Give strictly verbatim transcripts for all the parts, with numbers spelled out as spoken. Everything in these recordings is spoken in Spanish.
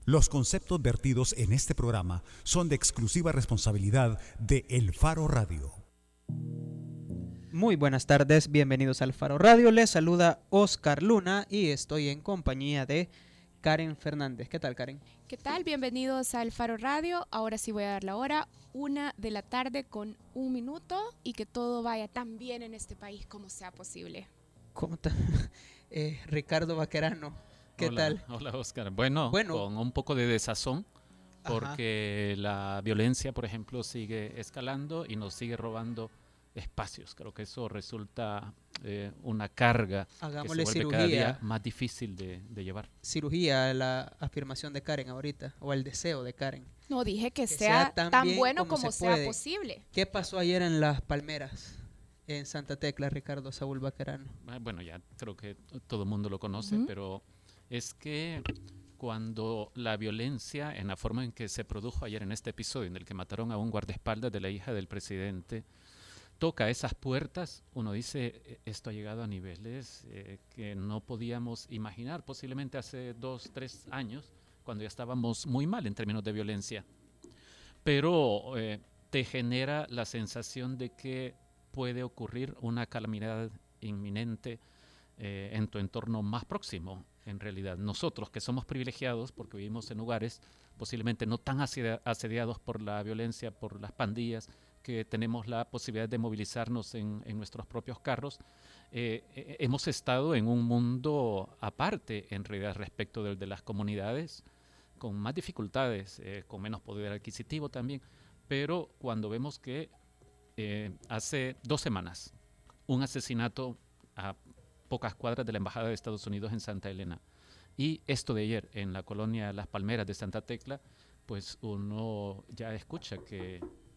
Los conceptos vertidos en este programa son de exclusiva responsabilidad de El Faro Radio. Muy buenas tardes, bienvenidos al Faro Radio. Les saluda Oscar Luna y estoy en compañía de Karen Fernández. ¿Qué tal, Karen? ¿Qué tal? Bienvenidos al Faro Radio. Ahora sí voy a dar la hora, una de la tarde con un minuto, y que todo vaya tan bien en este país como sea posible. ¿Cómo está? Eh, Ricardo Vaquerano, ¿qué hola, tal? Hola, Oscar. Bueno, bueno, con un poco de desazón, porque Ajá. la violencia, por ejemplo, sigue escalando y nos sigue robando espacios. Creo que eso resulta eh, una carga Hagámosle que se vuelve cirugía. cada día más difícil de, de llevar. Cirugía, la afirmación de Karen ahorita, o el deseo de Karen. No, dije que, que sea, sea tan, tan bueno como, como sea puede. posible. ¿Qué pasó ayer en Las Palmeras, en Santa Tecla, Ricardo Saúl Vaquerano? Bueno, ya creo que todo el mundo lo conoce, uh-huh. pero es que cuando la violencia, en la forma en que se produjo ayer en este episodio, en el que mataron a un guardaespaldas de la hija del presidente, toca esas puertas, uno dice, esto ha llegado a niveles eh, que no podíamos imaginar, posiblemente hace dos, tres años, cuando ya estábamos muy mal en términos de violencia. Pero eh, te genera la sensación de que puede ocurrir una calamidad inminente eh, en tu entorno más próximo. En realidad, nosotros que somos privilegiados porque vivimos en lugares posiblemente no tan asediados por la violencia, por las pandillas, que tenemos la posibilidad de movilizarnos en, en nuestros propios carros, eh, eh, hemos estado en un mundo aparte, en realidad, respecto del de las comunidades, con más dificultades, eh, con menos poder adquisitivo también, pero cuando vemos que eh, hace dos semanas un asesinato a pocas cuadras de la Embajada de Estados Unidos en Santa Elena, y esto de ayer en la colonia Las Palmeras de Santa Tecla, pues uno ya escucha que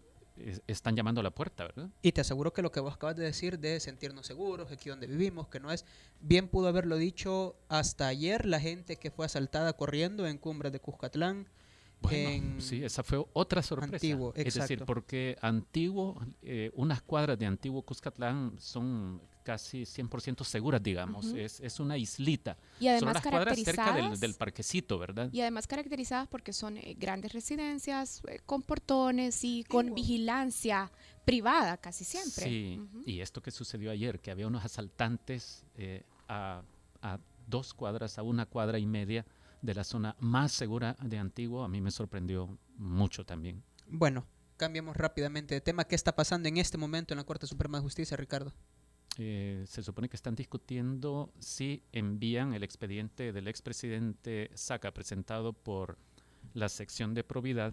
están llamando a la puerta, ¿verdad? Y te aseguro que lo que vos acabas de decir de sentirnos seguros, aquí donde vivimos, que no es, bien pudo haberlo dicho hasta ayer la gente que fue asaltada corriendo en Cumbres de Cuscatlán. Bueno, en sí, esa fue otra sorpresa. Antiguo, es exacto. decir, porque Antiguo, eh, unas cuadras de Antiguo Cuscatlán son casi cien por ciento seguras, digamos, uh-huh. es, es una islita. Y además son las cuadras cerca del, del parquecito, ¿verdad? Y además caracterizadas porque son eh, grandes residencias, eh, con portones y con vigilancia privada casi siempre. Sí, uh-huh. Y esto que sucedió ayer, que había unos asaltantes eh, a, a dos cuadras, a una cuadra y media de la zona más segura de Antiguo, a mí me sorprendió mucho también. Bueno, cambiamos rápidamente de tema. ¿Qué está pasando en este momento en la Corte Suprema de Justicia, Ricardo? Eh, se supone que están discutiendo si envían el expediente del expresidente Saca, presentado por la sección de probidad,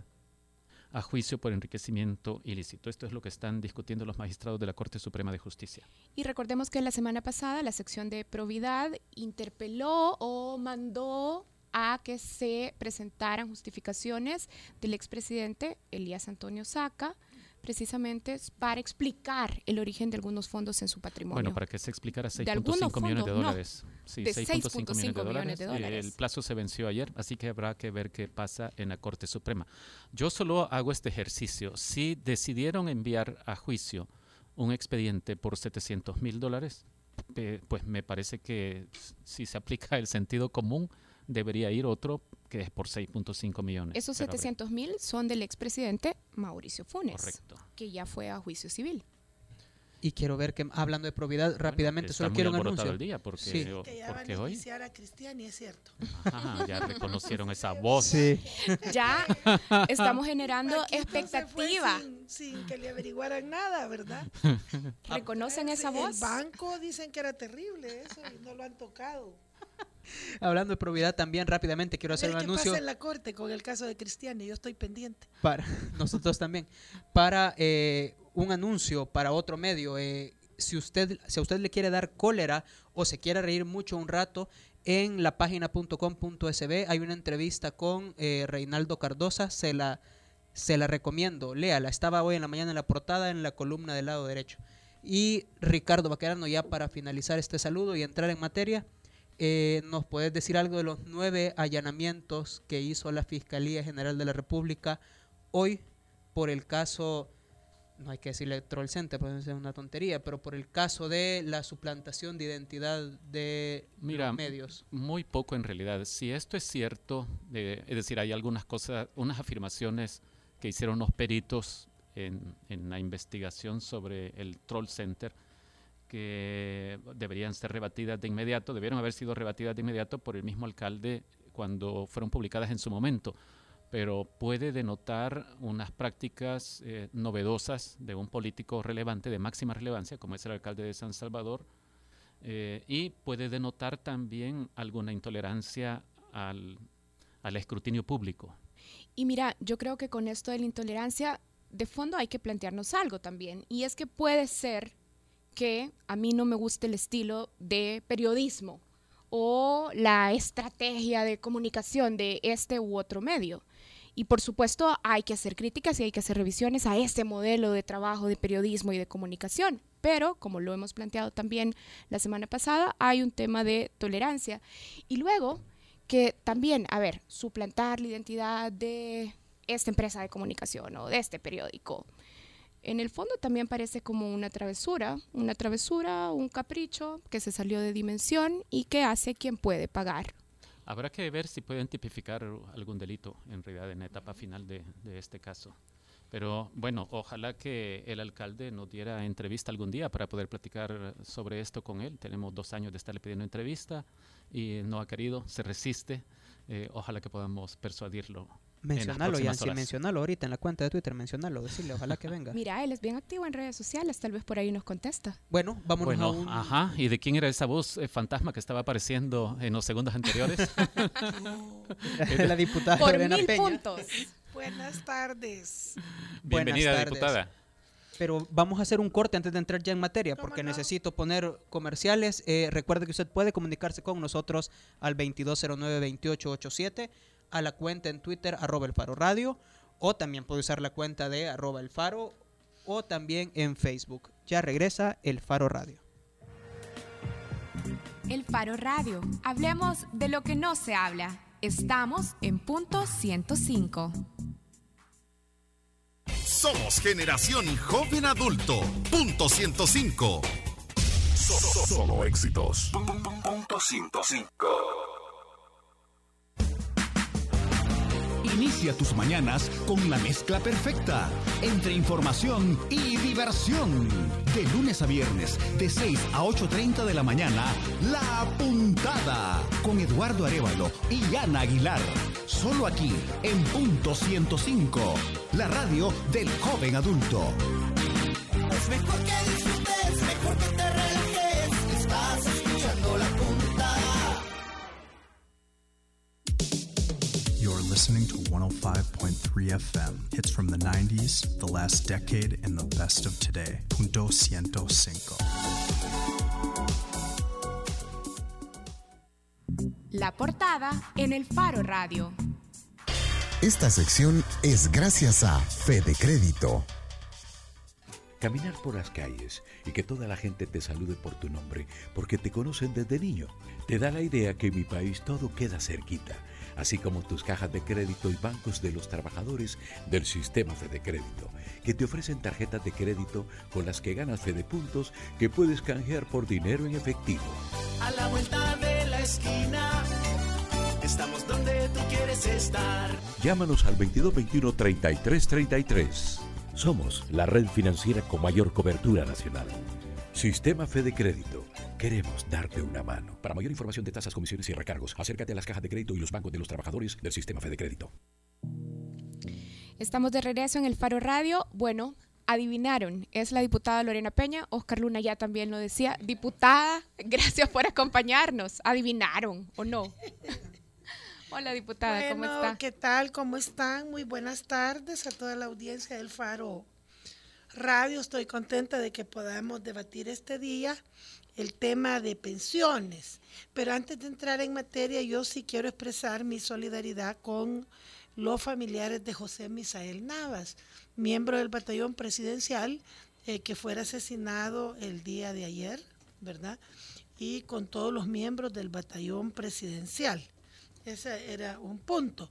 a juicio por enriquecimiento ilícito. Esto es lo que están discutiendo los magistrados de la Corte Suprema de Justicia. Y recordemos que la semana pasada la sección de probidad interpeló o mandó a que se presentaran justificaciones del expresidente Elías Antonio Saca, precisamente para explicar el origen de algunos fondos en su patrimonio. Bueno, para que se explicara seis punto cinco millones de dólares. No, sí, de seis punto cinco millones de dólares. El plazo se venció ayer, así que habrá que ver qué pasa en la Corte Suprema. Yo solo hago este ejercicio. Si decidieron enviar a juicio un expediente por setecientos mil dólares, eh, pues me parece que si se aplica el sentido común, debería ir otro que es por seis punto cinco millones. Esos setecientos mil son del expresidente Mauricio Funes, correcto, que ya fue a juicio civil. Y quiero ver que, hablando de probidad, rápidamente, bueno, solo quiero un anuncio. El día porque, sí. o, que ya porque van a hoy iniciar a Cristiani, es cierto. Ajá, ya reconocieron esa voz. Sí. Ya estamos generando expectativa. Sin, sin que le averiguaran nada, ¿verdad? ¿Reconocen esa voz? El banco dicen que era terrible eso y no lo han tocado. Hablando de probidad también, rápidamente quiero hacer un anuncio. ¿Qué pasa en la corte con el caso de Cristiani? Yo estoy pendiente. Para nosotros también. Para eh, un anuncio para otro medio. Eh, si usted, si a usted le quiere dar cólera o se quiere reír mucho un rato, en la página punto com punto es be hay una entrevista con eh, Reinaldo Cardosa. Se la, se la recomiendo. Léala. Estaba hoy en la mañana en la portada, en la columna del lado derecho. Y Ricardo Vaquerano, ya para finalizar este saludo y entrar en materia, Eh, ¿nos puedes decir algo de los nueve allanamientos que hizo la Fiscalía General de la República hoy por el caso no hay que decirle troll center, puede ser una tontería, pero por el caso de la suplantación de identidad de Mira, los medios. Muy poco en realidad. Si esto es cierto, eh, es decir, hay algunas cosas, unas afirmaciones que hicieron los peritos en, en la investigación sobre el troll center que deberían ser rebatidas de inmediato, debieron haber sido rebatidas de inmediato por el mismo alcalde cuando fueron publicadas en su momento, pero puede denotar unas prácticas eh, novedosas de un político relevante, de máxima relevancia, como es el alcalde de San Salvador, eh, y puede denotar también alguna intolerancia al, al escrutinio público. Y mira, yo creo que con esto de la intolerancia, de fondo hay que plantearnos algo también, y es que puede ser que a mí no me guste el estilo de periodismo o la estrategia de comunicación de este u otro medio. Y por supuesto hay que hacer críticas y hay que hacer revisiones a este modelo de trabajo de periodismo y de comunicación. Pero, como lo hemos planteado también la semana pasada, hay un tema de tolerancia. Y luego que también, a ver, suplantar la identidad de esta empresa de comunicación o de este periódico, en el fondo también parece como una travesura, una travesura, un capricho que se salió de dimensión y que hace quien puede pagar. Habrá que ver si pueden tipificar algún delito en realidad en la etapa final de, de este caso. Pero bueno, ojalá que el alcalde nos diera entrevista algún día para poder platicar sobre esto con él. Tenemos dos años de estarle pidiendo entrevista y no ha querido, se resiste. Eh, ojalá que podamos persuadirlo. Mencionalo, Yancy, mencionalo ahorita en la cuenta de Twitter, mencionalo, decirle, ojalá que venga. Mira, él es bien activo en redes sociales, tal vez por ahí nos contesta. Bueno, vámonos bueno, a un... Ajá, ¿y de quién era esa voz eh, fantasma que estaba apareciendo en los segundos anteriores? de la diputada por Lorena mil Peña. puntos. Buenas tardes. Bienvenida, Buenas tardes. diputada. Pero vamos a hacer un corte antes de entrar ya en materia, ¿Cómo porque no? necesito poner comerciales. Eh, recuerde que usted puede comunicarse con nosotros al veintidós cero nueve, veintiocho ochenta y siete, a la cuenta en Twitter, arroba el Faro Radio, o también puede usar la cuenta de arroba el Faro, o también en Facebook. Ya regresa el Faro Radio. El Faro Radio. Hablemos de lo que no se habla. Estamos en punto ciento cinco. Somos Generación Joven Adulto. Punto ciento cinco. Solo, solo éxitos. Punto ciento cinco. Inicia tus mañanas con la mezcla perfecta entre información y diversión. De lunes a viernes, de seis a ocho y treinta de la mañana, La Puntada, con Eduardo Arévalo y Ana Aguilar. Solo aquí, en Punto ciento cinco, la radio del joven adulto. Es mejor que disfrutes, mejor que te relajes. Estás escuchando La Puntada. You're listening to one oh five point three F M. Hits from the nineties, the last decade, and the best of today. Punto ciento cinco. La portada en el Faro Radio. Esta sección es gracias a Fede Crédito. Caminar por las calles y que toda la gente te salude por tu nombre porque te conocen desde niño, te da la idea que en mi país todo queda cerquita, así como tus cajas de crédito y bancos de los trabajadores del sistema Fede Crédito, que te ofrecen tarjetas de crédito con las que ganas Fede Puntos que puedes canjear por dinero en efectivo. A la vuelta de la esquina, estamos donde tú quieres estar. Llámanos al veintidós veintiuno treinta y tres treinta y tres. Somos la red financiera con mayor cobertura nacional. Sistema Fede Crédito. Queremos darte una mano. Para mayor información de tasas, comisiones y recargos, acércate a las cajas de crédito y los bancos de los trabajadores del Sistema Fede Crédito. Estamos de regreso en el Faro Radio. Bueno, adivinaron, es la diputada Lorena Peña. Oscar Luna ya también lo decía. Diputada, gracias por acompañarnos. ¿Adivinaron o no? Hola, diputada, Bueno, ¿cómo está? ¿qué tal? ¿Cómo están? Muy buenas tardes a toda la audiencia del Faro Radio. Estoy contenta de que podamos debatir este día el tema de pensiones. Pero antes de entrar en materia, yo sí quiero expresar mi solidaridad con los familiares de José Misael Navas, miembro del batallón presidencial eh, que fuera asesinado el día de ayer, ¿verdad? Y con todos los miembros del batallón presidencial. Ese era un punto.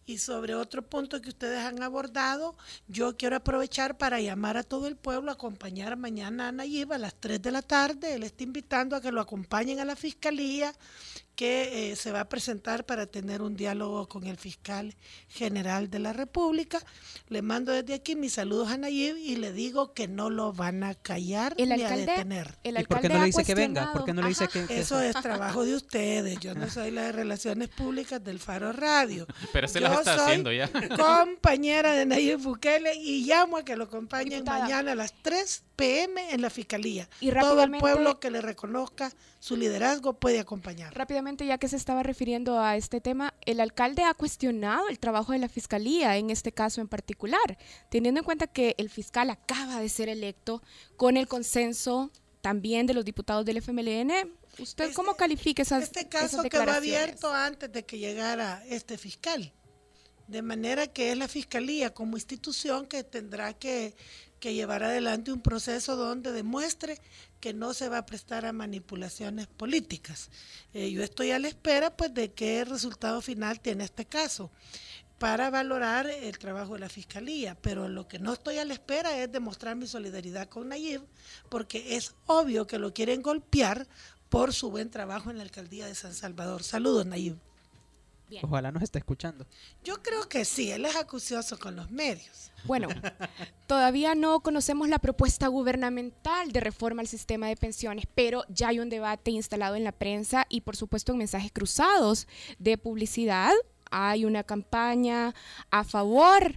Y sobre otro punto que ustedes han abordado, yo quiero aprovechar para llamar a todo el pueblo a acompañar mañana a Nayib a las tres de la tarde. Él está invitando a que lo acompañen a la Fiscalía, que eh, se va a presentar para tener un diálogo con el fiscal general de la República. Le mando desde aquí mis saludos a Nayib y le digo que no lo van a callar el ni alcalde, a detener. El ¿Y por qué no le dice que venga? ¿Por qué no le dice que, que Eso es trabajo de ustedes. Yo no soy la de Relaciones Públicas del Faro Radio. Pero se Yo las está soy haciendo ya. compañera de Nayib Bukele y llamo a que lo acompañen Diputada. mañana a las tres pe eme en la Fiscalía. Y Todo el rápidamente- pueblo que le reconozca su liderazgo puede acompañar. Rápidamente, ya que se estaba refiriendo a este tema, el alcalde ha cuestionado el trabajo de la Fiscalía en este caso en particular, teniendo en cuenta que el fiscal acaba de ser electo con el consenso también de los diputados del F M L N. ¿Usted Este- cómo califica esas, Este esas caso quedó declaraciones? abierto antes de que llegara este fiscal. De manera que es la Fiscalía como institución que tendrá que, que llevar adelante un proceso donde demuestre que no se va a prestar a manipulaciones políticas. Eh, yo estoy a la espera pues de qué resultado final tiene este caso para valorar el trabajo de la Fiscalía, pero lo que no estoy a la espera es demostrar mi solidaridad con Nayib, porque es obvio que lo quieren golpear por su buen trabajo en la alcaldía de San Salvador. Saludos, Nayib. Bien. Ojalá nos esté escuchando. Yo creo que sí, él es acucioso con los medios. Bueno, todavía no conocemos la propuesta gubernamental de reforma al sistema de pensiones, pero ya hay un debate instalado en la prensa y por supuesto en mensajes cruzados de publicidad. Hay una campaña a favor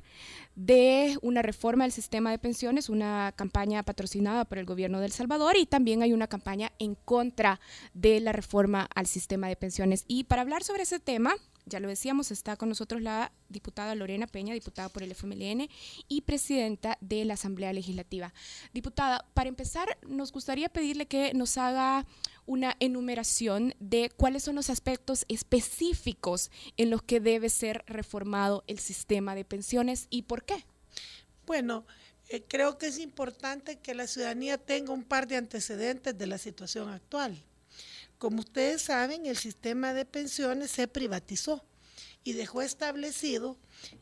de una reforma del sistema de pensiones, una campaña patrocinada por el gobierno de El Salvador, y también hay una campaña en contra de la reforma al sistema de pensiones. Y para hablar sobre ese tema, ya lo decíamos, está con nosotros la diputada Lorena Peña, diputada por el F M L N y presidenta de la Asamblea Legislativa. Diputada, para empezar, nos gustaría pedirle que nos haga una enumeración de cuáles son los aspectos específicos en los que debe ser reformado el sistema de pensiones y por qué. Bueno, eh, creo que es importante que la ciudadanía tenga un par de antecedentes de la situación actual. Como ustedes saben, el sistema de pensiones se privatizó y dejó establecido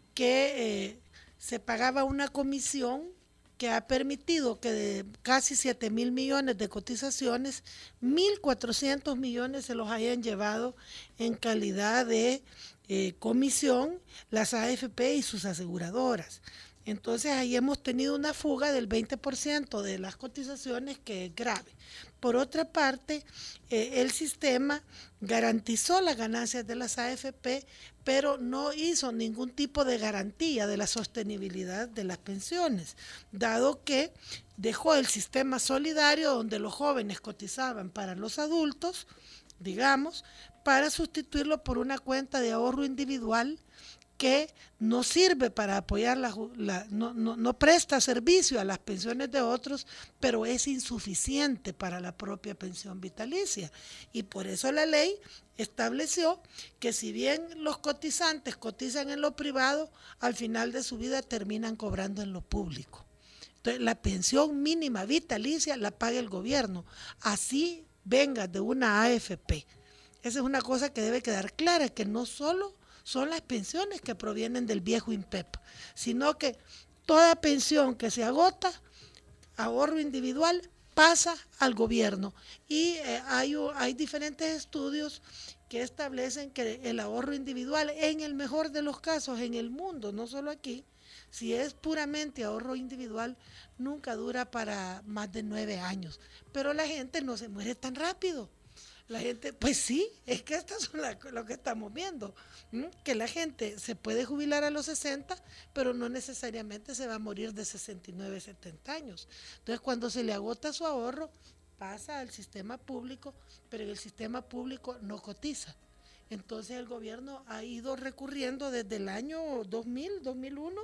que eh, se pagaba una comisión que ha permitido que de casi siete mil millones de cotizaciones, mil cuatrocientos millones se los hayan llevado en calidad de eh, comisión las A F P y sus aseguradoras. Entonces ahí hemos tenido una fuga del veinte por ciento de las cotizaciones, que es grave. Por otra parte, eh, el sistema garantizó las ganancias de las A F P, pero no hizo ningún tipo de garantía de la sostenibilidad de las pensiones, dado que dejó el sistema solidario donde los jóvenes cotizaban para los adultos, digamos, para sustituirlo por una cuenta de ahorro individual que no sirve para apoyar, la, la no, no, no presta servicio a las pensiones de otros, pero es insuficiente para la propia pensión vitalicia. Y por eso la ley estableció que si bien los cotizantes cotizan en lo privado, al final de su vida terminan cobrando en lo público. Entonces, la pensión mínima vitalicia la paga el gobierno, así venga de una A F P. Esa es una cosa que debe quedar clara, que no solo son las pensiones que provienen del viejo INPEP, sino que toda pensión que se agota, ahorro individual, pasa al gobierno. Y eh, hay, hay diferentes estudios que establecen que el ahorro individual, en el mejor de los casos en el mundo, no solo aquí, si es puramente ahorro individual, nunca dura para más de nueve años. Pero la gente no se muere tan rápido. La gente, pues sí, es que esto es la, lo que estamos viendo, ¿m? Que la gente se puede jubilar a los sesenta, pero no necesariamente se va a morir de sesenta y nueve, setenta años. Entonces, cuando se le agota su ahorro, pasa al sistema público, pero en el sistema público no cotiza. Entonces, el gobierno ha ido recurriendo desde el año dos mil, dos mil uno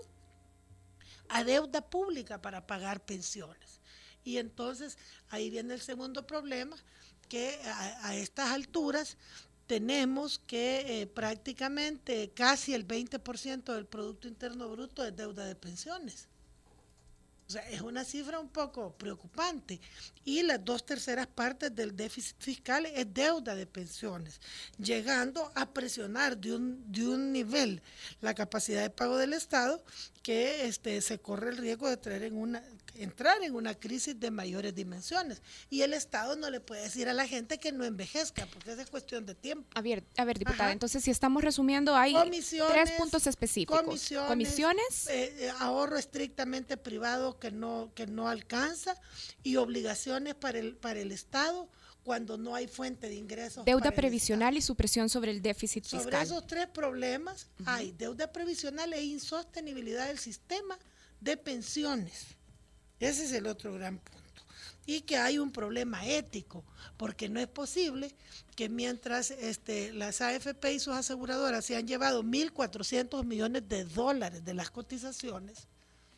a deuda pública para pagar pensiones. Y entonces, ahí viene el segundo problema, que a, a estas alturas tenemos que eh, prácticamente casi el veinte por ciento del Producto Interno Bruto es deuda de pensiones. O sea, es una cifra un poco preocupante. Y las dos terceras partes del déficit fiscal es deuda de pensiones, llegando a presionar de un, de un nivel la capacidad de pago del Estado que este, se corre el riesgo de traer en una, entrar en una crisis de mayores dimensiones. Y el Estado no le puede decir a la gente que no envejezca, porque esa es cuestión de tiempo. A ver, a ver diputada, Ajá. entonces si estamos resumiendo, hay Comisiones, tres puntos específicos. Comisiones, Comisiones eh, ahorro estrictamente privado que no, que no alcanza y obligaciones para el, para el Estado cuando no hay fuente de ingresos. Deuda previsional y supresión sobre el déficit Sobre fiscal. esos tres problemas uh-huh. hay deuda previsional e insostenibilidad del sistema de pensiones. Ese es el otro gran punto. Y que hay un problema ético, porque no es posible que mientras este, las A F P y sus aseguradoras se han llevado mil cuatrocientos millones de dólares de las cotizaciones,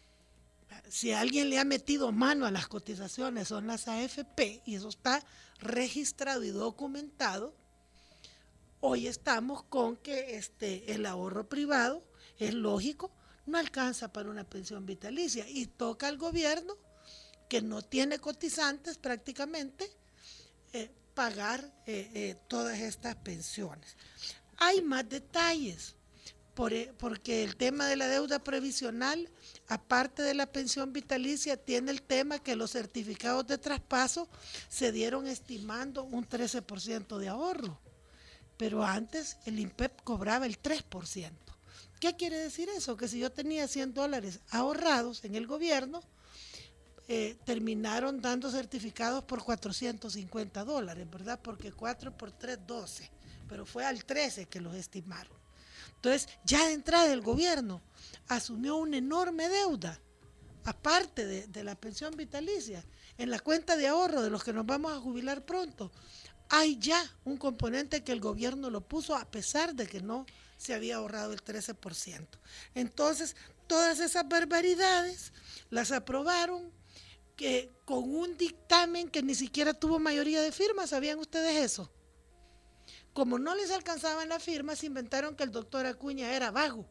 si alguien le ha metido mano a las cotizaciones son las A F P, y eso está registrado y documentado. Hoy estamos con que este, el ahorro privado, es lógico, no alcanza para una pensión vitalicia y toca al gobierno, que no tiene cotizantes prácticamente, eh, pagar eh, eh, todas estas pensiones. Hay más detalles, por, porque el tema de la deuda previsional, aparte de la pensión vitalicia, tiene el tema que los certificados de traspaso se dieron estimando un trece por ciento de ahorro, pero antes el INPEP cobraba el tres por ciento. ¿Qué quiere decir eso? Que si yo tenía cien dólares ahorrados en el gobierno, Eh, terminaron dando certificados por cuatrocientos cincuenta dólares, ¿verdad? Porque cuatro por tres, doce, pero fue al trece que los estimaron. Entonces, ya de entrada el gobierno asumió una enorme deuda, aparte de, de la pensión vitalicia, en la cuenta de ahorro de los que nos vamos a jubilar pronto. Hay ya un componente que el gobierno lo puso a pesar de que no se había ahorrado el trece por ciento. Entonces, todas esas barbaridades las aprobaron que con un dictamen que ni siquiera tuvo mayoría de firmas. ¿Sabían ustedes eso? Como no les alcanzaban las firmas, inventaron que el doctor Acuña era vago.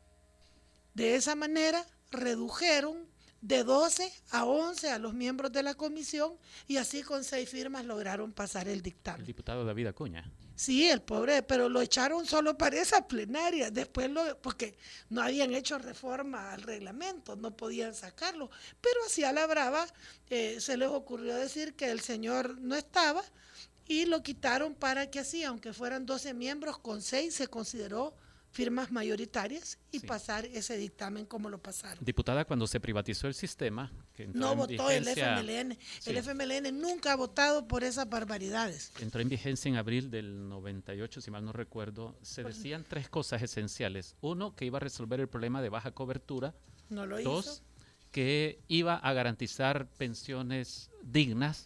De esa manera redujeron de doce a once a los miembros de la comisión y así con seis firmas lograron pasar el dictamen. El diputado David Acuña. Sí, el pobre, pero lo echaron solo para esa plenaria, después lo, porque no habían hecho reforma al reglamento, no podían sacarlo, pero así a la brava eh, se les ocurrió decir que el señor no estaba y lo quitaron para que así, aunque fueran doce miembros, con seis se consideró firmas mayoritarias y sí. pasar ese dictamen como lo pasaron. Diputada, cuando se privatizó el sistema, que entró no en votó vigencia, el F M L N. Sí. El F M L N nunca ha votado por esas barbaridades. Entró en vigencia en abril del noventa y ocho, si mal no recuerdo. Se pues, decían tres cosas esenciales. Uno, que iba a resolver el problema de baja cobertura. No lo Dos, hizo. que iba a garantizar pensiones dignas.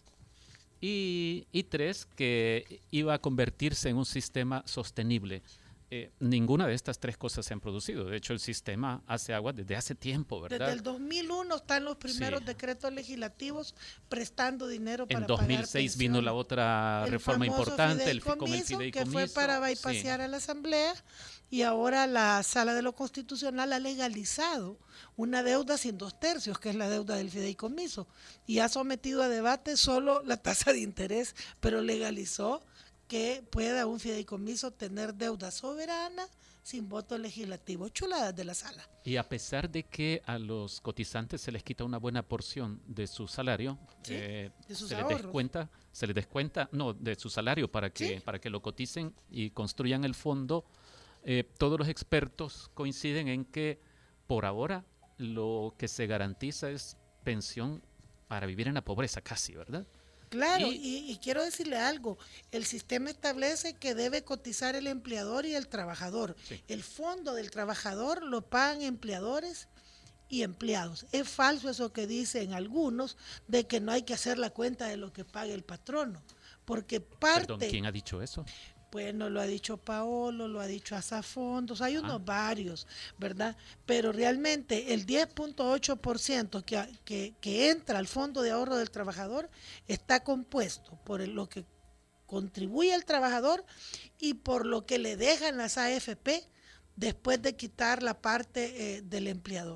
Y, y tres, que iba a convertirse en un sistema sostenible. Eh, ninguna de estas tres cosas se han producido. De hecho, el sistema hace agua desde hace tiempo, ¿verdad? Desde el dos mil uno están los primeros sí. decretos legislativos prestando dinero para pagar pensiones. En dos mil seis vino la otra el reforma importante, el con el fideicomiso. Que fue para bypassear sí. a la Asamblea, y ahora la Sala de lo Constitucional ha legalizado una deuda sin dos tercios, que es la deuda del fideicomiso, y ha sometido a debate solo la tasa de interés, pero legalizó que pueda un fideicomiso tener deuda soberana sin voto legislativo. Chuladas de la sala. Y a pesar de que a los cotizantes se les quita una buena porción de su salario, ¿sí? eh, de sus se ahorros. les descuenta, se les descuenta, no, de su salario para que, ¿sí? para que lo coticen y construyan el fondo, eh, todos los expertos coinciden en que por ahora lo que se garantiza es pensión para vivir en la pobreza casi, ¿verdad? Claro, y, y, y quiero decirle algo, el sistema establece que debe cotizar el empleador y el trabajador. Sí. El fondo del trabajador lo pagan empleadores y empleados. Es falso eso que dicen algunos de que no hay que hacer la cuenta de lo que paga el patrono, porque parte... Perdón, ¿quién ha dicho eso? Bueno, lo ha dicho Paolo, lo ha dicho Azafondos, hay unos ah. varios, ¿verdad? Pero realmente el diez punto ocho por ciento que, que, que entra al Fondo de Ahorro del Trabajador está compuesto por el, lo que contribuye el trabajador y por lo que le dejan las A F P después de quitar la parte eh, del empleador.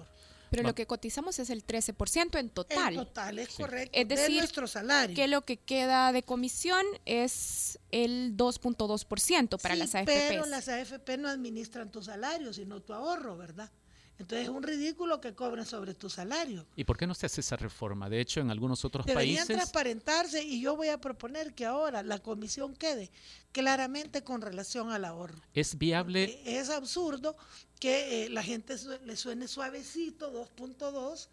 Pero lo que cotizamos es el trece por ciento en total. En total, es Sí. correcto. Es decir, de nuestro salario. que lo que queda de comisión es el dos punto dos por ciento para Sí, las A F Pes. pero las A F P no administran tu salario, sino tu ahorro, ¿verdad? Entonces es un ridículo que cobren sobre tu salario. ¿Y por qué no se hace esa reforma? De hecho, en algunos otros Deberían países... transparentarse y yo voy a proponer que ahora la comisión quede claramente con relación al ahorro. Es viable... Eh, Es absurdo que eh, la gente su- le suene suavecito dos punto dos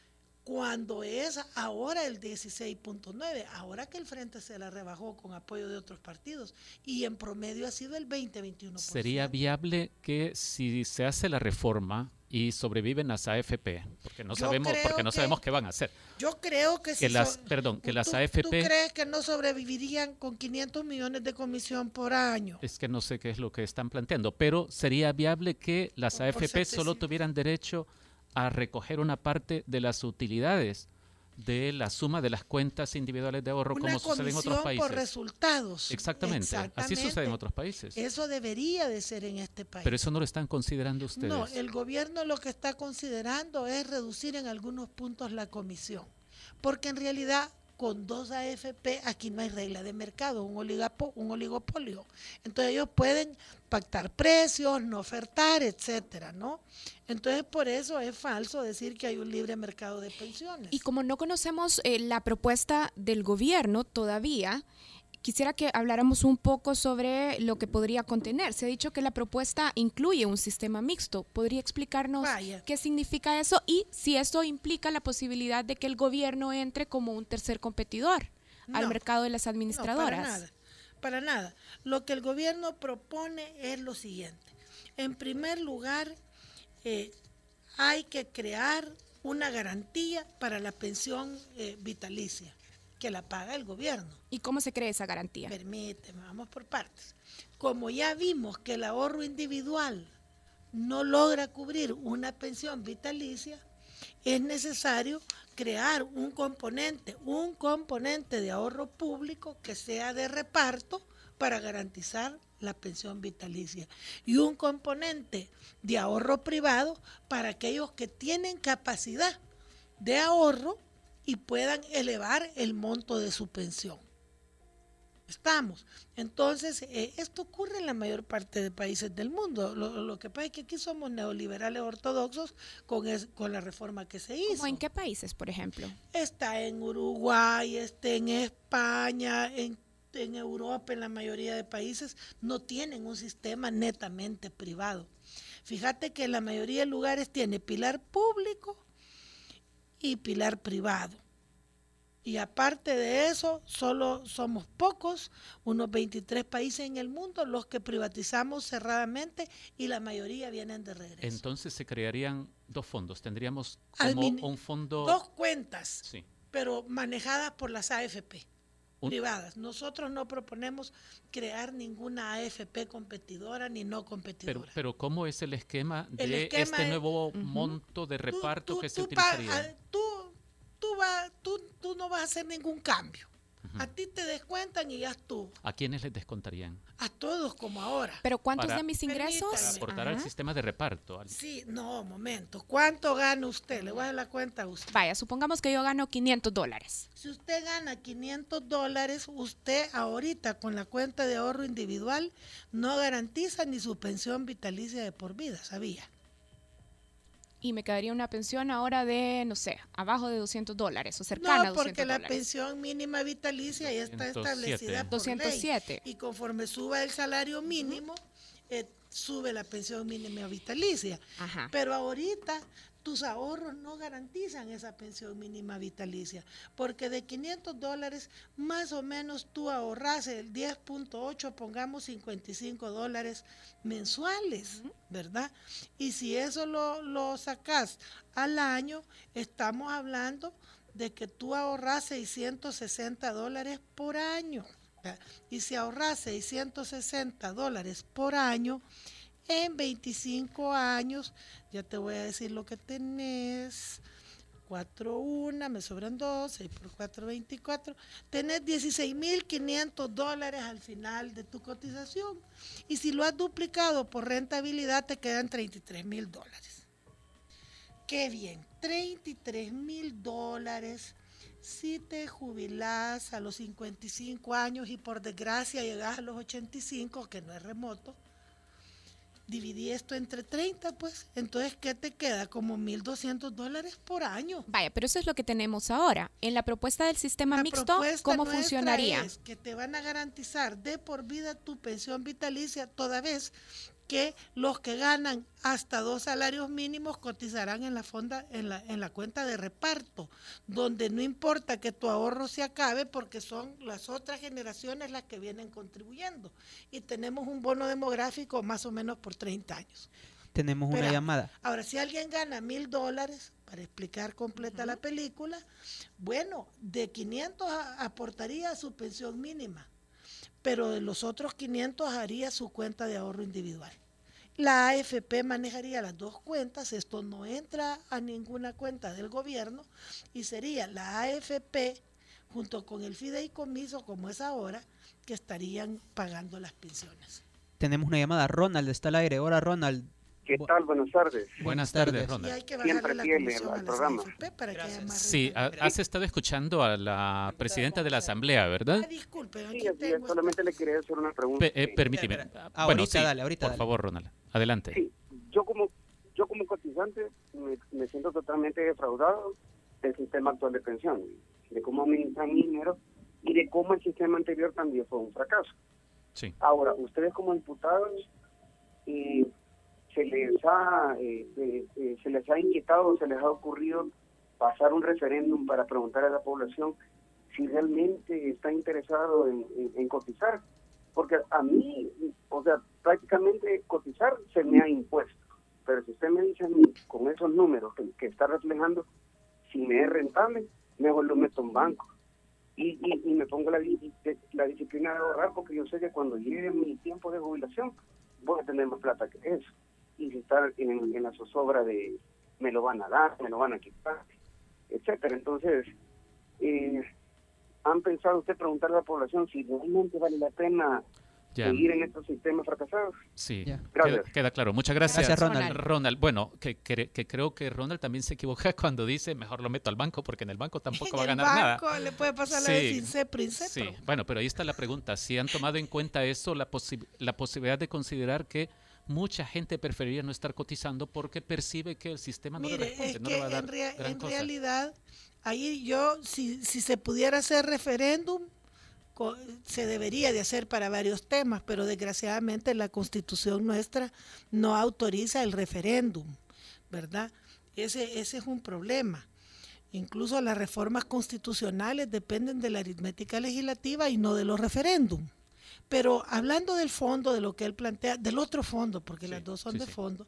cuando es ahora el dieciséis punto nueve, ahora que el Frente se la rebajó con apoyo de otros partidos y en promedio ha sido el veinte veintiuno por ciento. ¿Sería viable que si se hace la reforma y sobreviven las A F P, porque no Yo sabemos, creo porque no que- sabemos qué van a hacer, Yo creo que, que si las, so- perdón, que las ¿tú- A F P, ¿Tú crees que no sobrevivirían con quinientos millones de comisión por año? es que no sé qué es lo que están planteando, pero sería viable que las Por A F P solo setecientos. tuvieran derecho a recoger una parte de las utilidades de la suma de las cuentas individuales de ahorro, Una como sucede en otros comisión países. por resultados. Exactamente, así sucede en otros países. Eso debería de ser en este país. Pero eso no lo están considerando ustedes. No, el gobierno lo que está considerando es reducir en algunos puntos la comisión, porque en realidad con dos A F P aquí no hay regla de mercado, un, oligapo, un oligopolio. Entonces ellos pueden pactar precios, no ofertar, etcétera, ¿no? Entonces por eso es falso decir que hay un libre mercado de pensiones. Y como no conocemos eh, la propuesta del gobierno todavía, quisiera que habláramos un poco sobre lo que podría contener. Se ha dicho que la propuesta incluye un sistema mixto. ¿Podría explicarnos Vaya. qué significa eso y si eso implica la posibilidad de que el gobierno entre como un tercer competidor al No. mercado de las No, administradoras? para nada, para nada. Lo que el gobierno propone es lo siguiente. En primer lugar, eh, hay que crear una garantía para la pensión eh, vitalicia, que la paga el gobierno. ¿Y cómo se cree esa garantía? Permíteme, vamos por partes. Como ya vimos que el ahorro individual no logra cubrir una pensión vitalicia, es necesario crear un componente, un componente de ahorro público que sea de reparto para garantizar la pensión vitalicia y un componente de ahorro privado para aquellos que tienen capacidad de ahorro y puedan elevar el monto de su pensión. Estamos. Entonces, eh, esto ocurre en la mayor parte de países del mundo. Lo, lo que pasa es que aquí somos neoliberales ortodoxos con, es, con la reforma que se hizo. ¿Cómo en qué países, por ejemplo? Está en Uruguay, está en España, en, en Europa, en la mayoría de países, no tienen un sistema netamente privado. Fíjate que la mayoría de lugares tiene pilar público y pilar privado. Y aparte de eso, solo somos pocos, unos veintitrés países en el mundo, los que privatizamos cerradamente y la mayoría vienen de regreso. Entonces se crearían dos fondos. Tendríamos Al como min- un fondo... Dos cuentas, Sí. pero manejadas por las A F P Un- privadas. Nosotros no proponemos crear ninguna A F P competidora ni no competidora. Pero, pero ¿cómo es el esquema de El esquema este es- nuevo Ujú. monto de Tú- reparto tú- que se tú pa- utilizaría? a- tú, tú, va- tú, tú no vas a hacer ningún cambio. Ujú. A ti te descuentan y ya estuvo. ¿A quiénes les descontarían? A todos como ahora. ¿Pero cuántos Para- de mis ingresos? Permítame. Para aportar al Ajá. sistema de reparto. al- Sí, no, momento. ¿Cuánto gana usted? Le voy a dar la cuenta a usted. Vaya, supongamos que yo gano quinientos dólares. Si usted gana quinientos dólares, usted ahorita con la cuenta de ahorro individual no garantiza ni su pensión vitalicia de por vida, ¿sabía? Y me quedaría una pensión ahora de, no sé, abajo de doscientos dólares o cercana a No, doscientos porque la dólares. pensión mínima vitalicia ya está doscientos siete. establecida por doscientos ley. siete. Y conforme suba el salario mínimo, eh, sube la pensión mínima vitalicia. Ajá. Pero ahorita tus ahorros no garantizan esa pensión mínima vitalicia, porque de quinientos dólares más o menos tú ahorras el diez punto ocho, pongamos cincuenta y cinco dólares mensuales, ¿verdad? Y si eso lo, lo sacas al año, estamos hablando de que tú ahorras seiscientos sesenta dólares por año. ¿verdad? Y si ahorras seiscientos sesenta dólares por año, en veinticinco años, ya te voy a decir lo que tenés, cuatro una, me sobran dos, seis por cuatro, veinticuatro, tenés dieciséis mil quinientos dólares al final de tu cotización. Y si lo has duplicado por rentabilidad, te quedan treinta y tres mil dólares. Qué bien, treinta y tres mil dólares. Si te jubilás a los cincuenta y cinco años y por desgracia llegás a los ochenta y cinco, que no es remoto, dividí esto entre treinta, pues, entonces, ¿qué te queda? Como mil doscientos dólares por año. Vaya, pero eso es lo que tenemos ahora. En la propuesta del sistema La mixto, propuesta ¿cómo nuestra funcionaría? Es que te van a garantizar de por vida tu pensión vitalicia, toda vez que los que ganan hasta dos salarios mínimos cotizarán en la fonda, en la, en la cuenta de reparto, donde no importa que tu ahorro se acabe porque son las otras generaciones las que vienen contribuyendo. Y tenemos un bono demográfico más o menos por treinta años. Tenemos una Pero, llamada. Ahora, si alguien gana mil dólares, para explicar completa uh-huh. la película, bueno, de quinientos a, aportaría a su pensión mínima, pero de los otros quinientos haría su cuenta de ahorro individual. La A F P manejaría las dos cuentas, esto no entra a ninguna cuenta del gobierno y sería la A F P junto con el fideicomiso, como es ahora, que estarían pagando las pensiones. Tenemos una llamada, Ronald está al aire. Hola, Ronald. ¿Qué tal? Buenas tardes. Buenas tardes, Ronald. Y hay que bajarle la comisión a las A F P para que haya más Sí, ha- has estado escuchando a la presidenta de la Asamblea, ¿verdad? Ah, disculpe, Sí, así es, solamente le quería hacer una pregunta. Pe- eh, permíteme. Ah, Bueno, ahorita sí, dale, ahorita por dale. favor, Ronald. Adelante. Sí, yo como yo como cotizante me, me siento totalmente defraudado del sistema actual de pensiones, de cómo administran mi dinero y de cómo el sistema anterior también fue un fracaso. Sí. Ahora, ustedes como diputados, eh, se les ha eh, eh, eh, se les ha inquietado, se les ha ocurrido pasar un referéndum para preguntar a la población si realmente está interesado en, en, en cotizar, porque a mí, o sea, prácticamente cotizar se me ha impuesto, pero si usted me dice a mí, con esos números que, que está reflejando, si me es rentable, mejor lo meto en banco y, y, y me pongo la, la disciplina de ahorrar, porque yo sé que cuando llegue mi tiempo de jubilación voy a tener más plata que eso, y si está en, en la zozobra de me lo van a dar, me lo van a quitar, etcétera. Entonces, eh, ¿han pensado usted preguntarle a la población si realmente vale la pena Ya. seguir en estos sistemas fracasados? Sí, Ya. Gracias. queda, queda claro. Muchas gracias, Gracias, Ronald. Ronald. Bueno, que, que, que creo que Ronald también se equivoca cuando dice mejor lo meto al banco, porque en el banco tampoco va a en el ganar nada. banco le puede pasar la de Sí, Fince, Prince. Sí, bueno, pero ahí está la pregunta. Si han tomado en cuenta eso, la, posi- la posibilidad de considerar que mucha gente preferiría no estar cotizando porque percibe que el sistema no Mire, le responde, es no que le va a dar en, rea- gran en cosa. realidad, ahí yo, si, si se pudiera hacer referéndum, co- se debería de hacer para varios temas, pero desgraciadamente la Constitución nuestra no autoriza el referéndum, ¿verdad? Ese, ese es un problema. Incluso las reformas constitucionales dependen de la aritmética legislativa y no de los referéndums. Pero hablando del fondo, de lo que él plantea, del otro fondo, porque Sí, las dos son sí, de sí. fondo,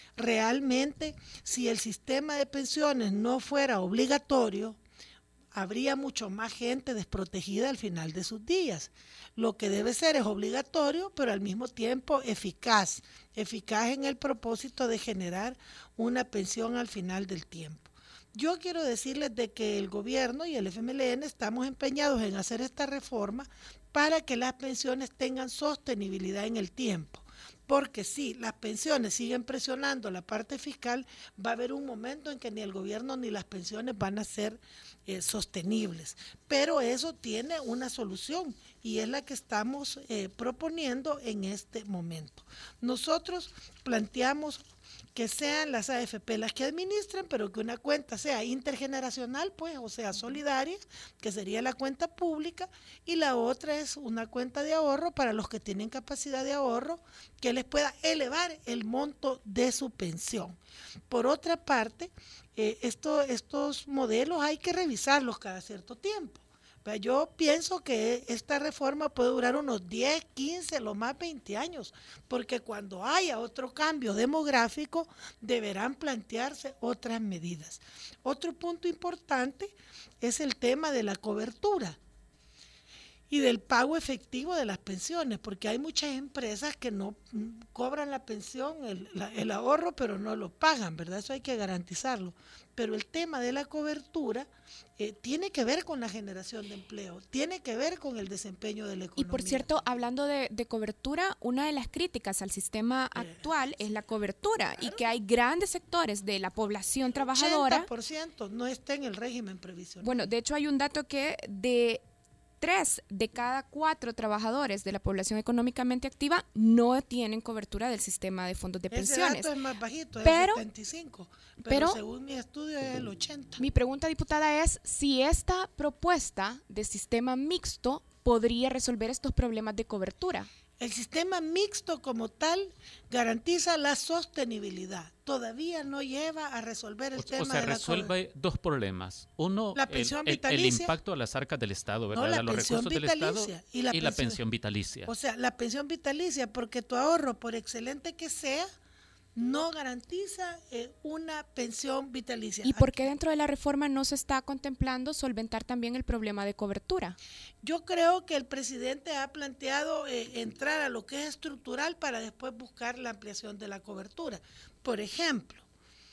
realmente si el sistema de pensiones no fuera obligatorio, habría mucho más gente desprotegida al final de sus días. Lo que debe ser es obligatorio, pero al mismo tiempo eficaz, eficaz en el propósito de generar una pensión al final del tiempo. Yo quiero decirles de que el gobierno y el F M L N estamos empeñados en hacer esta reforma para que las pensiones tengan sostenibilidad en el tiempo. Porque si las pensiones siguen presionando la parte fiscal, va a haber un momento en que ni el gobierno ni las pensiones van a ser eh, sostenibles. Pero eso tiene una solución y es la que estamos eh, proponiendo en este momento. Nosotros planteamos que sean las A F P las que administren, pero que una cuenta sea intergeneracional, pues, o sea, solidaria, que sería la cuenta pública, y la otra es una cuenta de ahorro para los que tienen capacidad de ahorro, que les pueda elevar el monto de su pensión. Por otra parte, eh, esto, estos modelos hay que revisarlos cada cierto tiempo. Yo pienso que esta reforma puede durar unos diez, quince, lo más veinte años, porque cuando haya otro cambio demográfico deberán plantearse otras medidas. Otro punto importante es el tema de la cobertura. y del pago efectivo de las pensiones, porque hay muchas empresas que no cobran la pensión, el, la, el ahorro, pero no lo pagan, ¿verdad? Eso hay que garantizarlo. Pero el tema de la cobertura eh, tiene que ver con la generación de empleo, tiene que ver con el desempeño de la economía. Y por cierto, hablando de, de cobertura, una de las críticas al sistema actual eh, es la cobertura, claro, y que hay grandes sectores de la población trabajadora. ochenta por ciento no está en el régimen previsional. Bueno, de hecho hay un dato que de tres de cada cuatro trabajadores de la población económicamente activa no tienen cobertura del sistema de fondos de Ese pensiones. Ese dato es más bajito, es pero, el setenta y cinco, pero, pero según mi estudio es el ochenta. Mi pregunta, diputada, es si esta propuesta de sistema mixto podría resolver estos problemas de cobertura. El sistema mixto como tal garantiza la sostenibilidad. Todavía no lleva a resolver el o, tema o sea, de la resuelve dos problemas. Uno, la el, pensión el, vitalicia, el impacto a las arcas del Estado, ¿verdad? No, la a los pensión recursos del Estado y, la, y pensión, la pensión vitalicia. O sea, la pensión vitalicia, porque tu ahorro, por excelente que sea, no garantiza eh, una pensión vitalicia. ¿Y por qué dentro de la reforma no se está contemplando solventar también el problema de cobertura? Yo creo que el presidente ha planteado eh, entrar a lo que es estructural para después buscar la ampliación de la cobertura. Por ejemplo,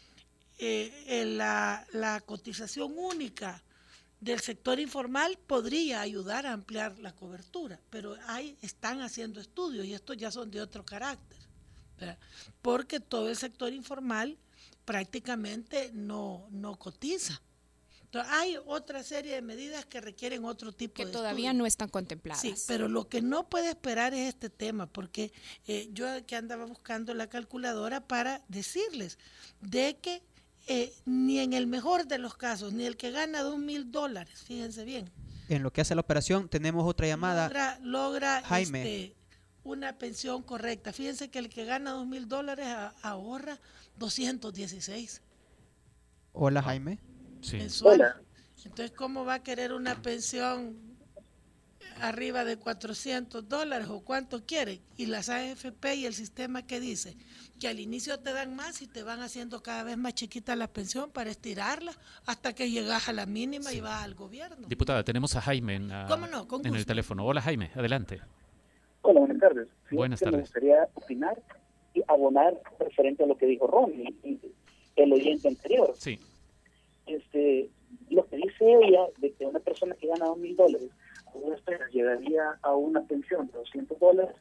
eh, en la, la cotización única del sector informal podría ayudar a ampliar la cobertura, pero ahí están haciendo estudios y estos ya son de otro carácter, ¿verdad? Porque todo el sector informal prácticamente no, no cotiza. Entonces, hay otra serie de medidas que requieren otro tipo que de que todavía estudio. No están contempladas. Sí, pero lo que no puede esperar es este tema, porque eh, yo que andaba buscando la calculadora para decirles de que eh, ni en el mejor de los casos, ni el que gana dos mil dólares, fíjense bien. En lo que hace la operación, tenemos otra llamada. Logra, logra Jaime. Este, una pensión correcta. Fíjense que el que gana dos mil dólares ahorra doscientos dieciséis. Hola, Jaime. Sí. Mensual. Hola. Entonces, ¿cómo va a querer una pensión arriba de cuatrocientos dólares o cuánto quiere? Y las A F P y el sistema que dice que al inicio te dan más y te van haciendo cada vez más chiquita la pensión para estirarla hasta que llegas a la mínima, sí, y vas al gobierno. Diputada, tenemos a Jaime en, a, ¿Cómo no? Con en el gusto. teléfono. Hola, Jaime, adelante. Hola, buenas tardes. Sí, buenas tardes. Me gustaría opinar y abonar referente a lo que dijo Ronnie, el oyente anterior. Sí. Este, lo que dice ella de que una persona que gana dos mil dólares a una espera llegaría a una pensión de doscientos dólares,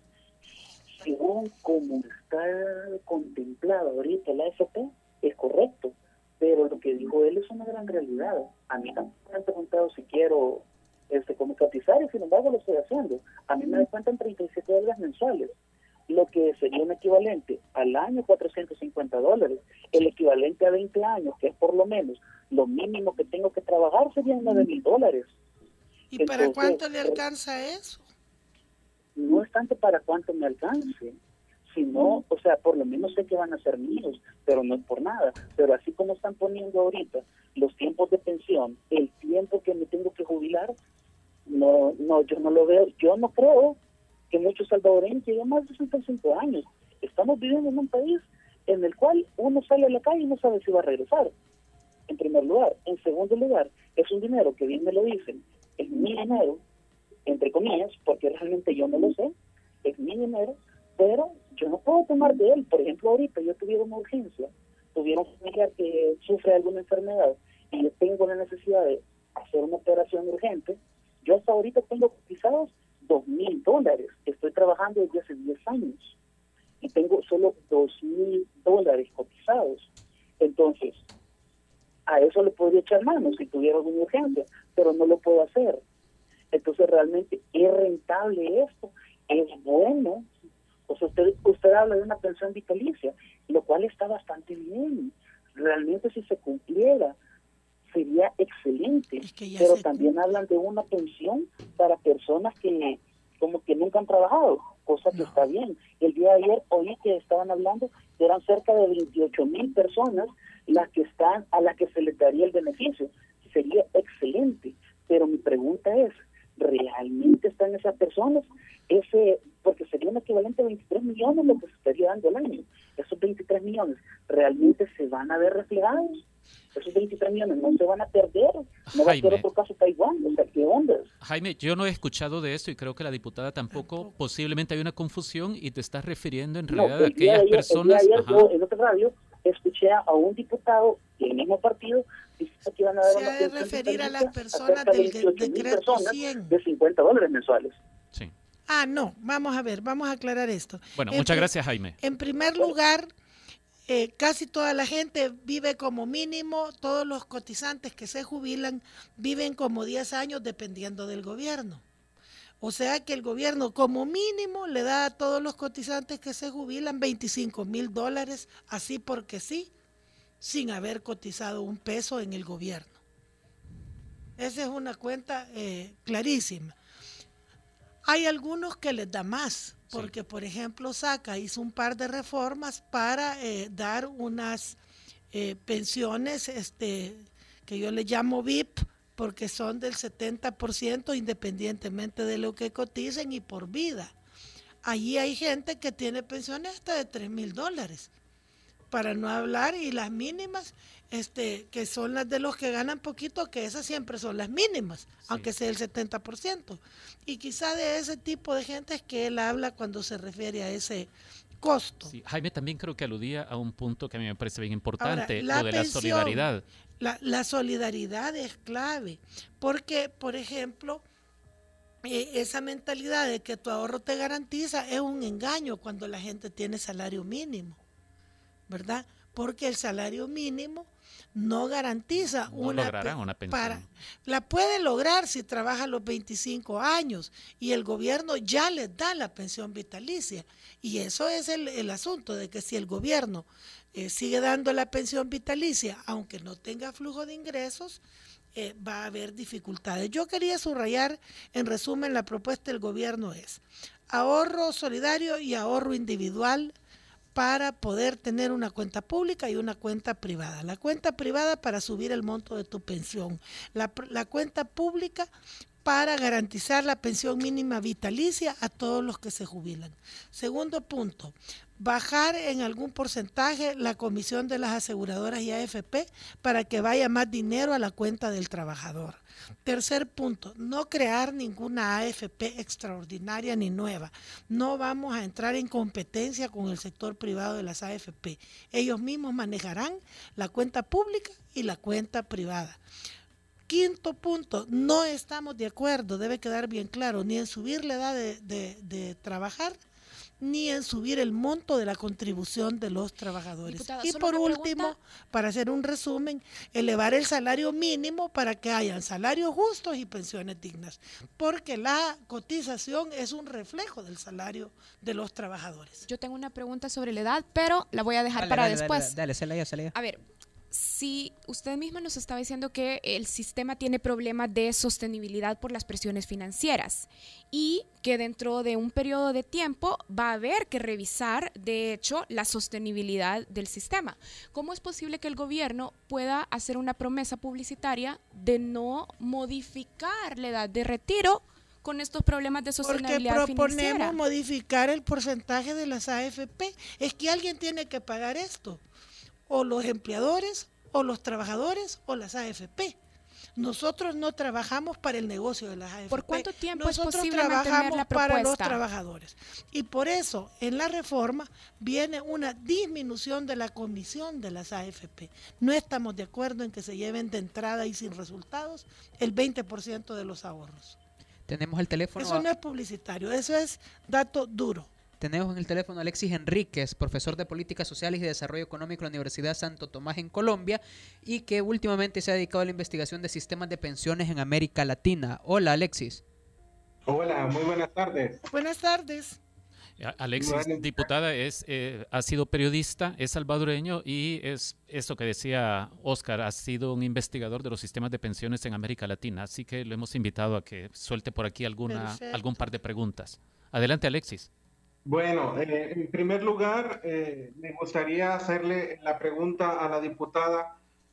según como está contemplado ahorita la A F P, es correcto, pero lo que dijo él es una gran realidad. A mí también me han preguntado si quiero este cómo cotizar y sin embargo lo estoy haciendo. A mí me descuentan treinta y siete dólares mensuales, lo que sería un equivalente al año cuatrocientos cincuenta dólares, el equivalente a veinte años, que es por lo menos lo mínimo que tengo que trabajar, serían nueve mil dólares. ¿Y Entonces, para cuánto le alcanza eso? No es tanto para cuánto me alcance, sino, o sea, por lo menos sé que van a ser míos, pero no es por nada. Pero así como están poniendo ahorita los tiempos de pensión, el tiempo que me tengo que jubilar, no, no, yo no lo veo, yo no creo que muchos salvadoreños lleguen más de sesenta y cinco años. Estamos viviendo en un país en el cual uno sale a la calle y no sabe si va a regresar, en primer lugar. En segundo lugar, es un dinero que bien me lo dicen, es mi dinero, entre comillas, porque realmente yo no lo sé, es mi dinero, pero yo no puedo tomar de él. Por ejemplo, ahorita yo tuviera una urgencia, tuviera un familiar que sufre alguna enfermedad y yo tengo la necesidad de hacer una operación urgente, yo hasta ahorita tengo cotizados dos mil dólares, estoy trabajando desde hace diez años y tengo solo dos mil dólares cotizados. Entonces, a eso le podría echar mano si tuviera alguna urgencia, pero no lo puedo hacer. Entonces, realmente, ¿es rentable esto? ¿Es bueno? O sea, usted, usted habla de una pensión vitalicia, lo cual está bastante bien. Realmente, si se cumpliera, sería excelente. Es que pero también cumple. Hablan de una pensión para personas que como que nunca han trabajado, cosa que no. Está bien. El día de ayer oí que estaban hablando que eran cerca de veintiocho mil personas las que están a las que se les daría el beneficio. Sería excelente, pero mi pregunta es, ¿realmente están esas personas? Ese, porque sería un equivalente a veintitrés millones lo que se estaría dando al año. Esos veintitrés millones, ¿realmente se van a ver reflejados? Esos veintitrés millones no se van a perder, no va a ser Jaime. otro caso Taiwán, o sea, ¿qué onda? Jaime, yo no he escuchado de esto y creo que la diputada tampoco. Tampoco. Posiblemente hay una confusión y te estás refiriendo en No, realidad a el día aquellas de ayer, personas. el día de ayer ajá. yo en otra radio escuché a un diputado del mismo partido diciendo que iban a dar Se una ha de pensión referir a las vitalicia personas a cerca de del veintiocho mil decreto personas cien. de cincuenta dólares mensuales. Sí. Ah, no, vamos a ver, vamos a aclarar esto. Bueno, En muchas pri- gracias, Jaime. En primer lugar, eh, casi toda la gente vive como mínimo, todos los cotizantes que se jubilan viven como diez años dependiendo del gobierno. O sea que el gobierno como mínimo le da a todos los cotizantes que se jubilan veinticinco mil dólares, así porque sí, sin haber cotizado un peso en el gobierno. Esa es una cuenta eh, clarísima. Hay algunos que les da más, porque por ejemplo Saca hizo un par de reformas para eh, dar unas eh, pensiones este, que yo le llamo V I P, porque son del setenta por ciento independientemente de lo que coticen y por vida. Allí hay gente que tiene pensiones hasta de tres mil dólares, para no hablar, y las mínimas, este, que son las de los que ganan poquito, que esas siempre son las mínimas, sí, aunque sea el setenta por ciento. Y quizá de ese tipo de gente es que él habla cuando se refiere a ese costo. Sí, Jaime también creo que aludía a un punto que a mí me parece bien importante, Ahora, lo de la pensión, solidaridad. La, la solidaridad es clave, porque, por ejemplo, eh, esa mentalidad de que tu ahorro te garantiza es un engaño cuando la gente tiene salario mínimo, ¿verdad? Porque el salario mínimo no garantiza No una, logrará una pensión. Para, la puede lograr si trabaja los veinticinco años y el gobierno ya les da la pensión vitalicia. Y eso es el, el asunto, de que si el gobierno eh, sigue dando la pensión vitalicia, aunque no tenga flujo de ingresos, eh, va a haber dificultades. Yo quería subrayar, en resumen, la propuesta del gobierno es ahorro solidario y ahorro individual para poder tener una cuenta pública y una cuenta privada. La cuenta privada para subir el monto de tu pensión. La, la cuenta pública para garantizar la pensión mínima vitalicia a todos los que se jubilan. Segundo punto, bajar en algún porcentaje la comisión de las aseguradoras y A F P para que vaya más dinero a la cuenta del trabajador. Tercer punto, no crear ninguna A F P extraordinaria ni nueva. No vamos a entrar en competencia con el sector privado de las A F P. Ellos mismos manejarán la cuenta pública y la cuenta privada. Quinto punto, no estamos de acuerdo, debe quedar bien claro, ni en subir la edad de, de, de trabajar, ni en subir el monto de la contribución de los trabajadores. Diputada, y solo por una último, pregunta. para hacer un resumen, elevar el salario mínimo para que hayan salarios justos y pensiones dignas, porque la cotización es un reflejo del salario de los trabajadores. Yo tengo una pregunta sobre la edad, pero la voy a dejar Dale, para dale, después. Dale, dale, Celaya, Celaya. A ver, si usted misma nos estaba diciendo que el sistema tiene problemas de sostenibilidad por las presiones financieras y que dentro de un periodo de tiempo va a haber que revisar, de hecho, la sostenibilidad del sistema. ¿Cómo es posible que el gobierno pueda hacer una promesa publicitaria de no modificar la edad de retiro con estos problemas de Porque sostenibilidad proponemos financiera? modificar el porcentaje de las A F P. Es que alguien tiene que pagar esto, o los empleadores, o los trabajadores, o las A F P. Nosotros no trabajamos para el negocio de las A F P. ¿Por cuánto tiempo Nosotros es posible mantener trabajamos la para los propuesta? trabajadores. Y por eso, en la reforma, viene una disminución de la comisión de las A F P. No estamos de acuerdo en que se lleven de entrada y sin resultados el veinte por ciento de los ahorros. Tenemos el teléfono. Eso no es publicitario, eso es dato duro. Tenemos en el teléfono a Alexis Enríquez, profesor de Políticas Sociales y Desarrollo Económico en la Universidad Santo Tomás en Colombia y que últimamente se ha dedicado a la investigación de sistemas de pensiones en América Latina. Hola, Alexis. Hola, muy buenas tardes. Buenas tardes. Alexis, bueno, diputada, es, eh, ha sido periodista, es salvadoreño y es esto que decía Oscar, ha sido un investigador de los sistemas de pensiones en América Latina, así que lo hemos invitado a que suelte por aquí alguna, algún par de preguntas. Adelante, Alexis. Bueno, eh, en primer lugar, eh, me gustaría hacerle la pregunta a la diputada,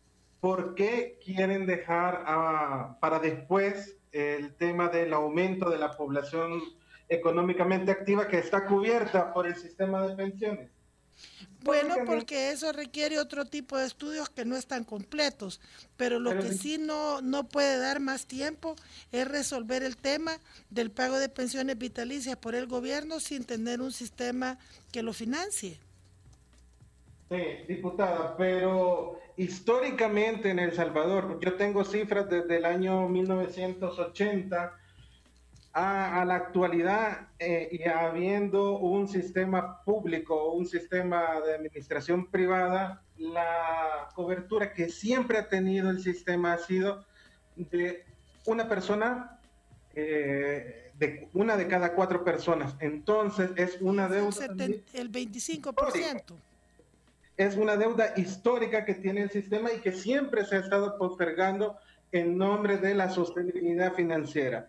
¿por qué quieren dejar a, para después el tema del aumento de la población económicamente activa que está cubierta por el sistema de pensiones? Bueno, porque eso requiere otro tipo de estudios que no están completos, pero lo que sí no, no puede dar más tiempo es resolver el tema del pago de pensiones vitalicias por el gobierno sin tener un sistema que lo financie. Sí, diputada, pero históricamente en El Salvador, yo tengo cifras desde el año mil novecientos ochenta a, a la actualidad, eh, y habiendo un sistema público, un sistema de administración privada, la cobertura que siempre ha tenido el sistema ha sido de una persona, eh, de una de cada cuatro personas. Entonces es una deuda... El veinticinco por ciento. Es una deuda histórica que tiene el sistema y que siempre se ha estado postergando en nombre de la sostenibilidad financiera.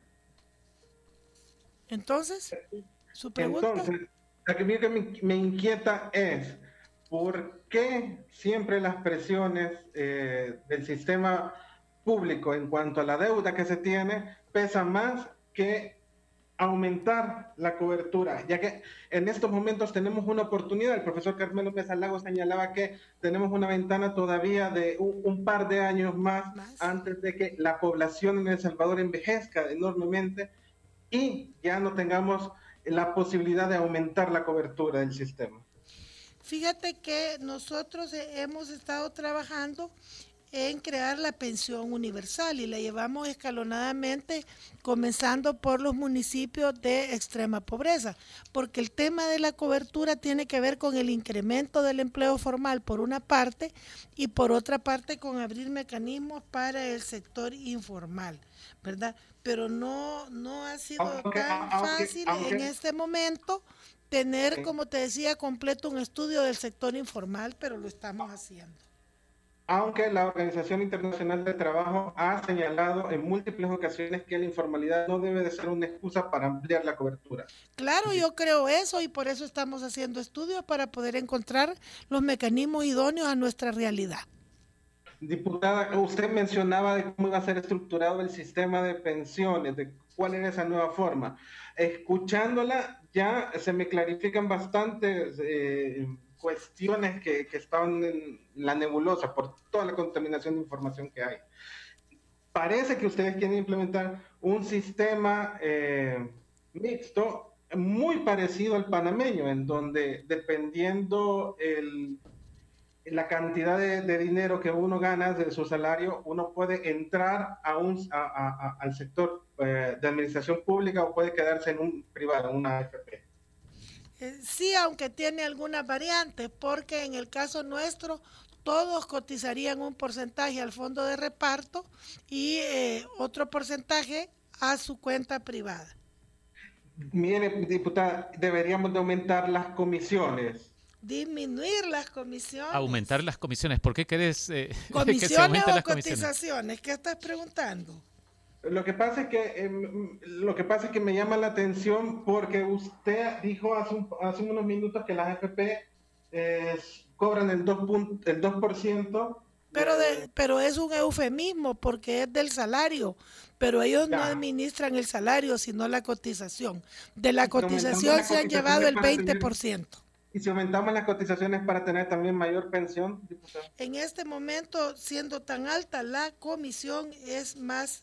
Entonces, su pregunta. Entonces, lo que me, me inquieta es por qué siempre las presiones eh, del sistema público en cuanto a la deuda que se tiene pesa más que aumentar la cobertura, ya que en estos momentos tenemos una oportunidad. El profesor Carmelo Mesa Lago señalaba que tenemos una ventana todavía de un, un par de años más, más antes de que la población en El Salvador envejezca enormemente y ya no tengamos la posibilidad de aumentar la cobertura del sistema. Fíjate que nosotros hemos estado trabajando en crear la pensión universal y la llevamos escalonadamente, comenzando por los municipios de extrema pobreza, porque el tema de la cobertura tiene que ver con el incremento del empleo formal por una parte y por otra parte con abrir mecanismos para el sector informal, ¿verdad? Pero no, no ha sido aunque, tan aunque, fácil aunque, en este momento tener, sí. como te decía, completo un estudio del sector informal, pero lo estamos haciendo. Aunque la Organización Internacional del Trabajo ha señalado en múltiples ocasiones que la informalidad no debe de ser una excusa para ampliar la cobertura. Claro, yo creo eso y por eso estamos haciendo estudios para poder encontrar los mecanismos idóneos a nuestra realidad. Diputada, usted mencionaba de cómo iba a ser estructurado el sistema de pensiones, de cuál era esa nueva forma. Escuchándola ya se me clarifican bastantes eh, cuestiones que, que estaban en la nebulosa por toda la contaminación de información que hay. Parece que ustedes quieren implementar un sistema eh, mixto muy parecido al panameño, en donde dependiendo el, la cantidad de, de dinero que uno gana de su salario, uno puede entrar a un, a, a, al sector eh, de administración pública o puede quedarse en un privado, una A F P. Sí, aunque tiene algunas variantes, porque en el caso nuestro todos cotizarían un porcentaje al fondo de reparto y eh, otro porcentaje a su cuenta privada. Mire, diputada, deberíamos de aumentar las comisiones. Disminuir las comisiones. Aumentar las comisiones. ¿Por qué querés eh, ¿Comisiones que se aumenten o las cotizaciones? comisiones? ¿Qué estás preguntando? Lo que pasa es que eh, lo que pasa es que me llama la atención porque usted dijo hace, un, hace unos minutos que las A F P eh, cobran el dos por ciento. Pero, de, pero es un eufemismo porque es del salario, pero ellos ya no administran el salario, sino la cotización. De la cotización se han llevado el veinte por ciento. ¿Y si aumentamos las cotizaciones para tener también mayor pensión, diputado? En este momento, siendo tan alta la comisión, es más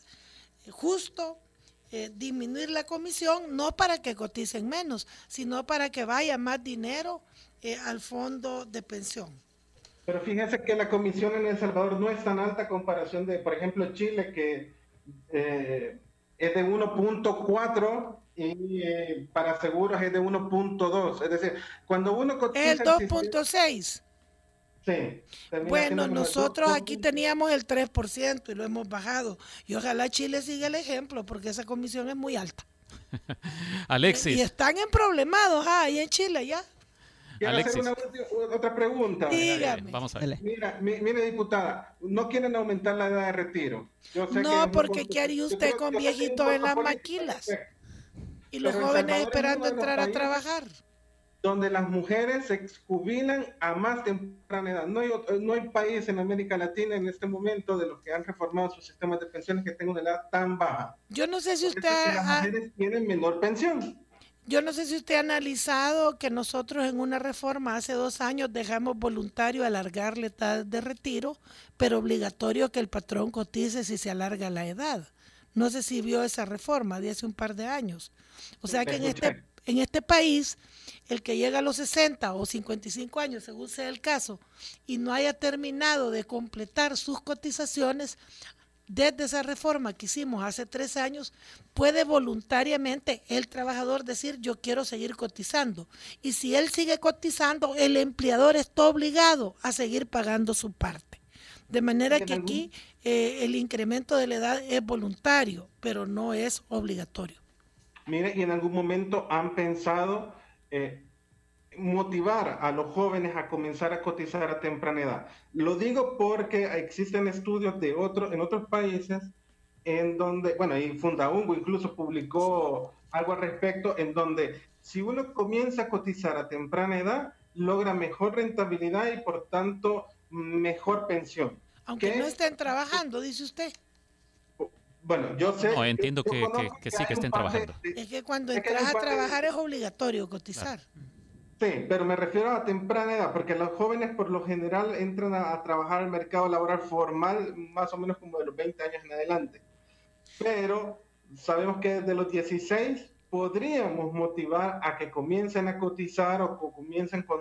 justo eh, disminuir la comisión, no para que coticen menos, sino para que vaya más dinero eh, al fondo de pensión. Pero fíjense que la comisión en El Salvador no es tan alta a comparación de, por ejemplo, Chile, que eh, es de uno punto cuatro y eh, para seguros es de uno punto dos. Es decir, cuando uno cotiza... ¿Es el dos punto seis? Sí. Bueno, nosotros aquí teníamos el tres por ciento y lo hemos bajado. Y ojalá Chile siga el ejemplo, porque esa comisión es muy alta. Alexis. Y están en problemados ah, ahí en Chile ya. Quiero Alexis. hacer una, otra pregunta. Dígame. Vamos a ver. Mira, mire, diputada, no quieren aumentar la edad de retiro. Yo sé no, que porque ¿qué haría usted creo, con viejitos en las maquilas? Y los jóvenes esperando entrar a trabajar. Donde las mujeres se jubilan a más temprana edad. No hay, no hay país en América Latina en este momento de los que han reformado sus sistemas de pensiones que tengan una edad tan baja. Yo no sé si usted... Ha... Las mujeres tienen menor pensión. Yo no sé si usted ha analizado que nosotros en una reforma hace dos años dejamos voluntario alargar la edad de retiro, pero obligatorio que el patrón cotice si se alarga la edad. No sé si vio esa reforma de hace un par de años. O sea que en este, en este país, el que llega a los sesenta o cincuenta y cinco años, según sea el caso, y no haya terminado de completar sus cotizaciones, desde esa reforma que hicimos hace tres años, puede voluntariamente el trabajador decir yo quiero seguir cotizando. Y si él sigue cotizando, el empleador está obligado a seguir pagando su parte. De manera que aquí eh, el incremento de la edad es voluntario, pero no es obligatorio. Mire, y en algún momento han pensado eh, motivar a los jóvenes a comenzar a cotizar a temprana edad. Lo digo porque existen estudios de otros en otros países en donde, bueno, y Fundaungo incluso publicó algo al respecto, en donde si uno comienza a cotizar a temprana edad, logra mejor rentabilidad y por tanto mejor pensión. Aunque ¿Qué? no estén trabajando, dice usted. Bueno, yo sé... No, entiendo yo, yo que, que, que sí que estén trabajando. De, es que cuando es entras que a trabajar de... es obligatorio cotizar. Claro. Sí, pero me refiero a temprana edad, porque los jóvenes por lo general entran a, a trabajar al mercado laboral formal más o menos como de los veinte años en adelante. Pero sabemos que desde los dieciséis podríamos motivar a que comiencen a cotizar o, o comiencen con,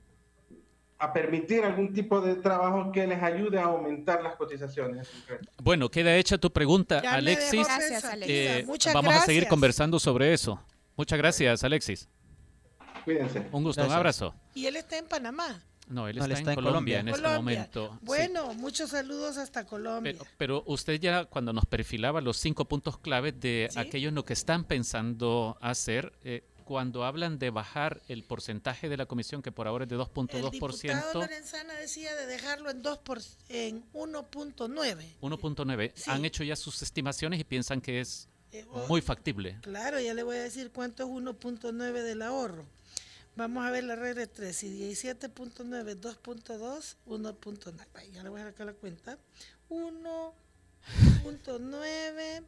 a permitir algún tipo de trabajo que les ayude a aumentar las cotizaciones. Bueno, queda hecha tu pregunta, ya Alexis. Gracias, Alexis. Eh, Muchas vamos gracias. a seguir conversando sobre eso. Muchas gracias, Alexis. Cuídense. Un gusto, Gracias. Un abrazo. Y él está en Panamá. No, él No, está, él está en, en Colombia, Colombia. en este Colombia. momento. Bueno, Sí. muchos saludos hasta Colombia. Pero, pero usted ya cuando nos perfilaba los cinco puntos claves de ¿Sí? aquello en lo que están pensando hacer, eh, cuando hablan de bajar el porcentaje de la comisión, que por ahora es de dos punto dos por ciento. El diputado Lorenzana decía de dejarlo en, dos por, en uno punto nueve. uno punto nueve. Sí. Han hecho ya sus estimaciones y piensan que es Eh, oh, muy factible. Claro, ya le voy a decir cuánto es uno punto nueve del ahorro. Vamos a ver la regla de tres. Si diecisiete punto nueve, dos punto dos, uno punto nueve. Ya le voy a sacar la cuenta. uno punto nueve.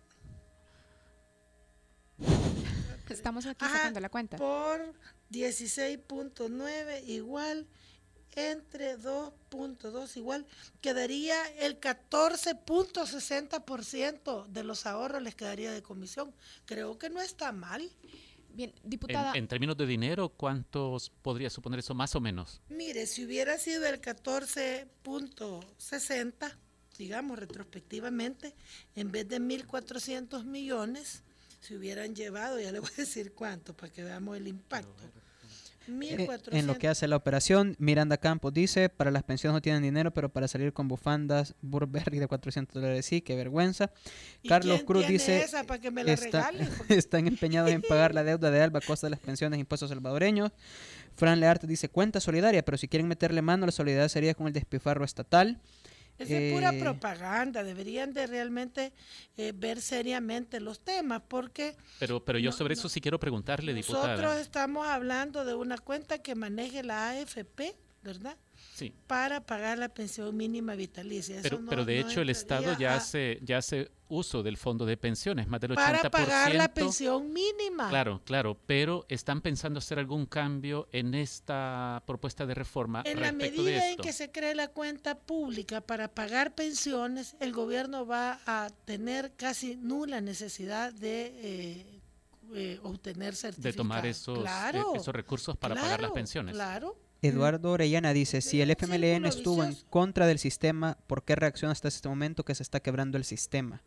Estamos aquí Ajá, sacando la cuenta. Por dieciséis punto nueve igual entre dos punto dos igual, quedaría el catorce punto sesenta por ciento de los ahorros les quedaría de comisión. Creo que no está mal. Bien, diputada. En, en términos de dinero, ¿cuántos podría suponer eso más o menos? Mire, si hubiera sido el catorce punto sesenta, digamos retrospectivamente, en vez de mil cuatrocientos millones, se hubieran llevado, ya le voy a decir cuánto, para que veamos el impacto. Eh, en lo que hace la operación, Miranda Campos dice, para las pensiones no tienen dinero, pero para salir con bufandas Burberry de cuatrocientos dólares sí, qué vergüenza. Carlos Cruz dice, esa para que me la está, regalen? están empeñados en pagar la deuda de Alba a costa de las pensiones e impuestos salvadoreños. Fran Learte dice, cuenta solidaria, pero si quieren meterle mano, la solidaridad sería con el despifarro estatal. Esa es pura propaganda, deberían de realmente eh, ver seriamente los temas, porque... Pero, pero yo no, sobre no, eso sí quiero preguntarle, nosotros diputada. Nosotros estamos hablando de una cuenta que maneje la A F P, ¿verdad? Sí. Para pagar la pensión mínima vitalicia. Eso Pero, no, pero de no hecho el Estado ya a, hace, ya hace uso del fondo de pensiones, más del para ochenta por ciento. Para pagar la pensión mínima. Claro, claro, pero ¿están pensando hacer algún cambio en esta propuesta de reforma en la respecto medida de esto? en que se cree la cuenta pública para pagar pensiones, el gobierno va a tener casi nula necesidad de eh, eh, obtener certificados. De tomar esos, claro, eh, esos recursos para claro, pagar las pensiones. Claro. Eduardo Orellana dice, si el F M L N estuvo en contra del sistema, ¿por qué reacciona hasta este momento que se está quebrando el sistema?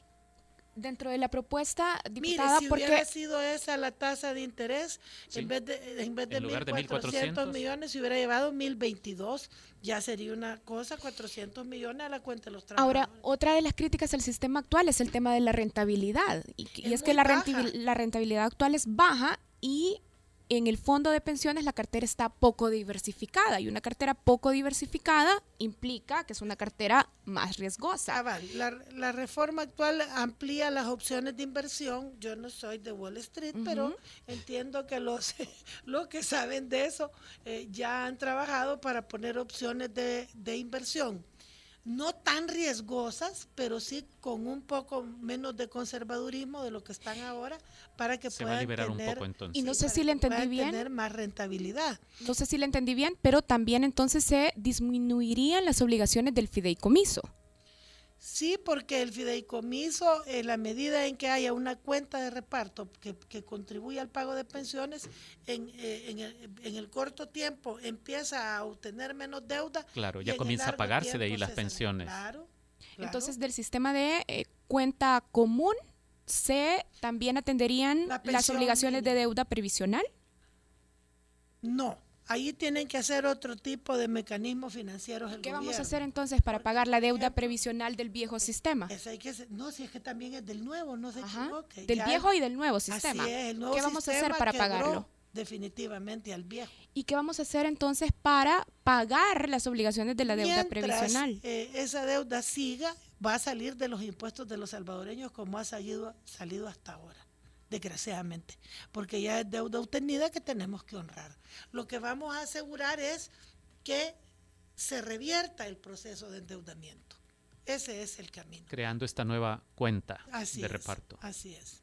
Dentro de la propuesta, Mire, diputada, si porque hubiera sido esa la tasa de interés, sí. en vez de en vez de mil cuatrocientos millones, se hubiera llevado mil veintidós, ya sería una cosa, cuatrocientos millones a la cuenta de los trabajadores. Ahora, otra de las críticas al sistema actual es el tema de la rentabilidad. Y, y es, es que la, rentabil, la rentabilidad actual es baja y en el fondo de pensiones la cartera está poco diversificada y una cartera poco diversificada implica que es una cartera más riesgosa. Ah, vale. la, la reforma actual amplía las opciones de inversión. Yo no soy de Wall Street, uh-huh. pero entiendo que los, los que saben de eso eh, ya han trabajado para poner opciones de, de inversión. no tan riesgosas, pero sí con un poco menos de conservadurismo de lo que están ahora, para que Se puedan va a liberar tener, un poco entonces. Y no sé para si le que entendí puedan bien. tener más rentabilidad. No sé si le entendí bien, pero también entonces se disminuirían las obligaciones del fideicomiso. Sí, porque el fideicomiso, en la medida en que haya una cuenta de reparto que, que contribuya al pago de pensiones, en, eh, en, el, en el corto tiempo empieza a obtener menos deuda. Claro, y ya en el comienza a largo pagarse de ahí tiempo las se sale. pensiones. Claro, claro. Entonces, del sistema de eh, cuenta común, ¿se también atenderían La las pensión obligaciones de mínima. deuda previsional? No, ahí tienen que hacer otro tipo de mecanismos financieros. el ¿Qué vamos a gobierno. hacer entonces para pagar la deuda previsional del viejo sistema? Eso hay que hacer- no, si es que también es del nuevo, no se Ajá, equivoque. del Ya viejo el- y del nuevo sistema. Así es, el nuevo ¿Qué vamos a hacer sistema para quebró pagarlo? Definitivamente al viejo. ¿Y qué vamos a hacer entonces para pagar las obligaciones de la deuda Mientras, previsional? eh, esa deuda siga, va a salir de los impuestos de los salvadoreños como ha salido, salido hasta ahora, desgraciadamente, porque ya es deuda obtenida que tenemos que honrar. Lo que vamos a asegurar es que se revierta el proceso de endeudamiento. Ese es el camino. Creando esta nueva cuenta Así de es, reparto. Así es.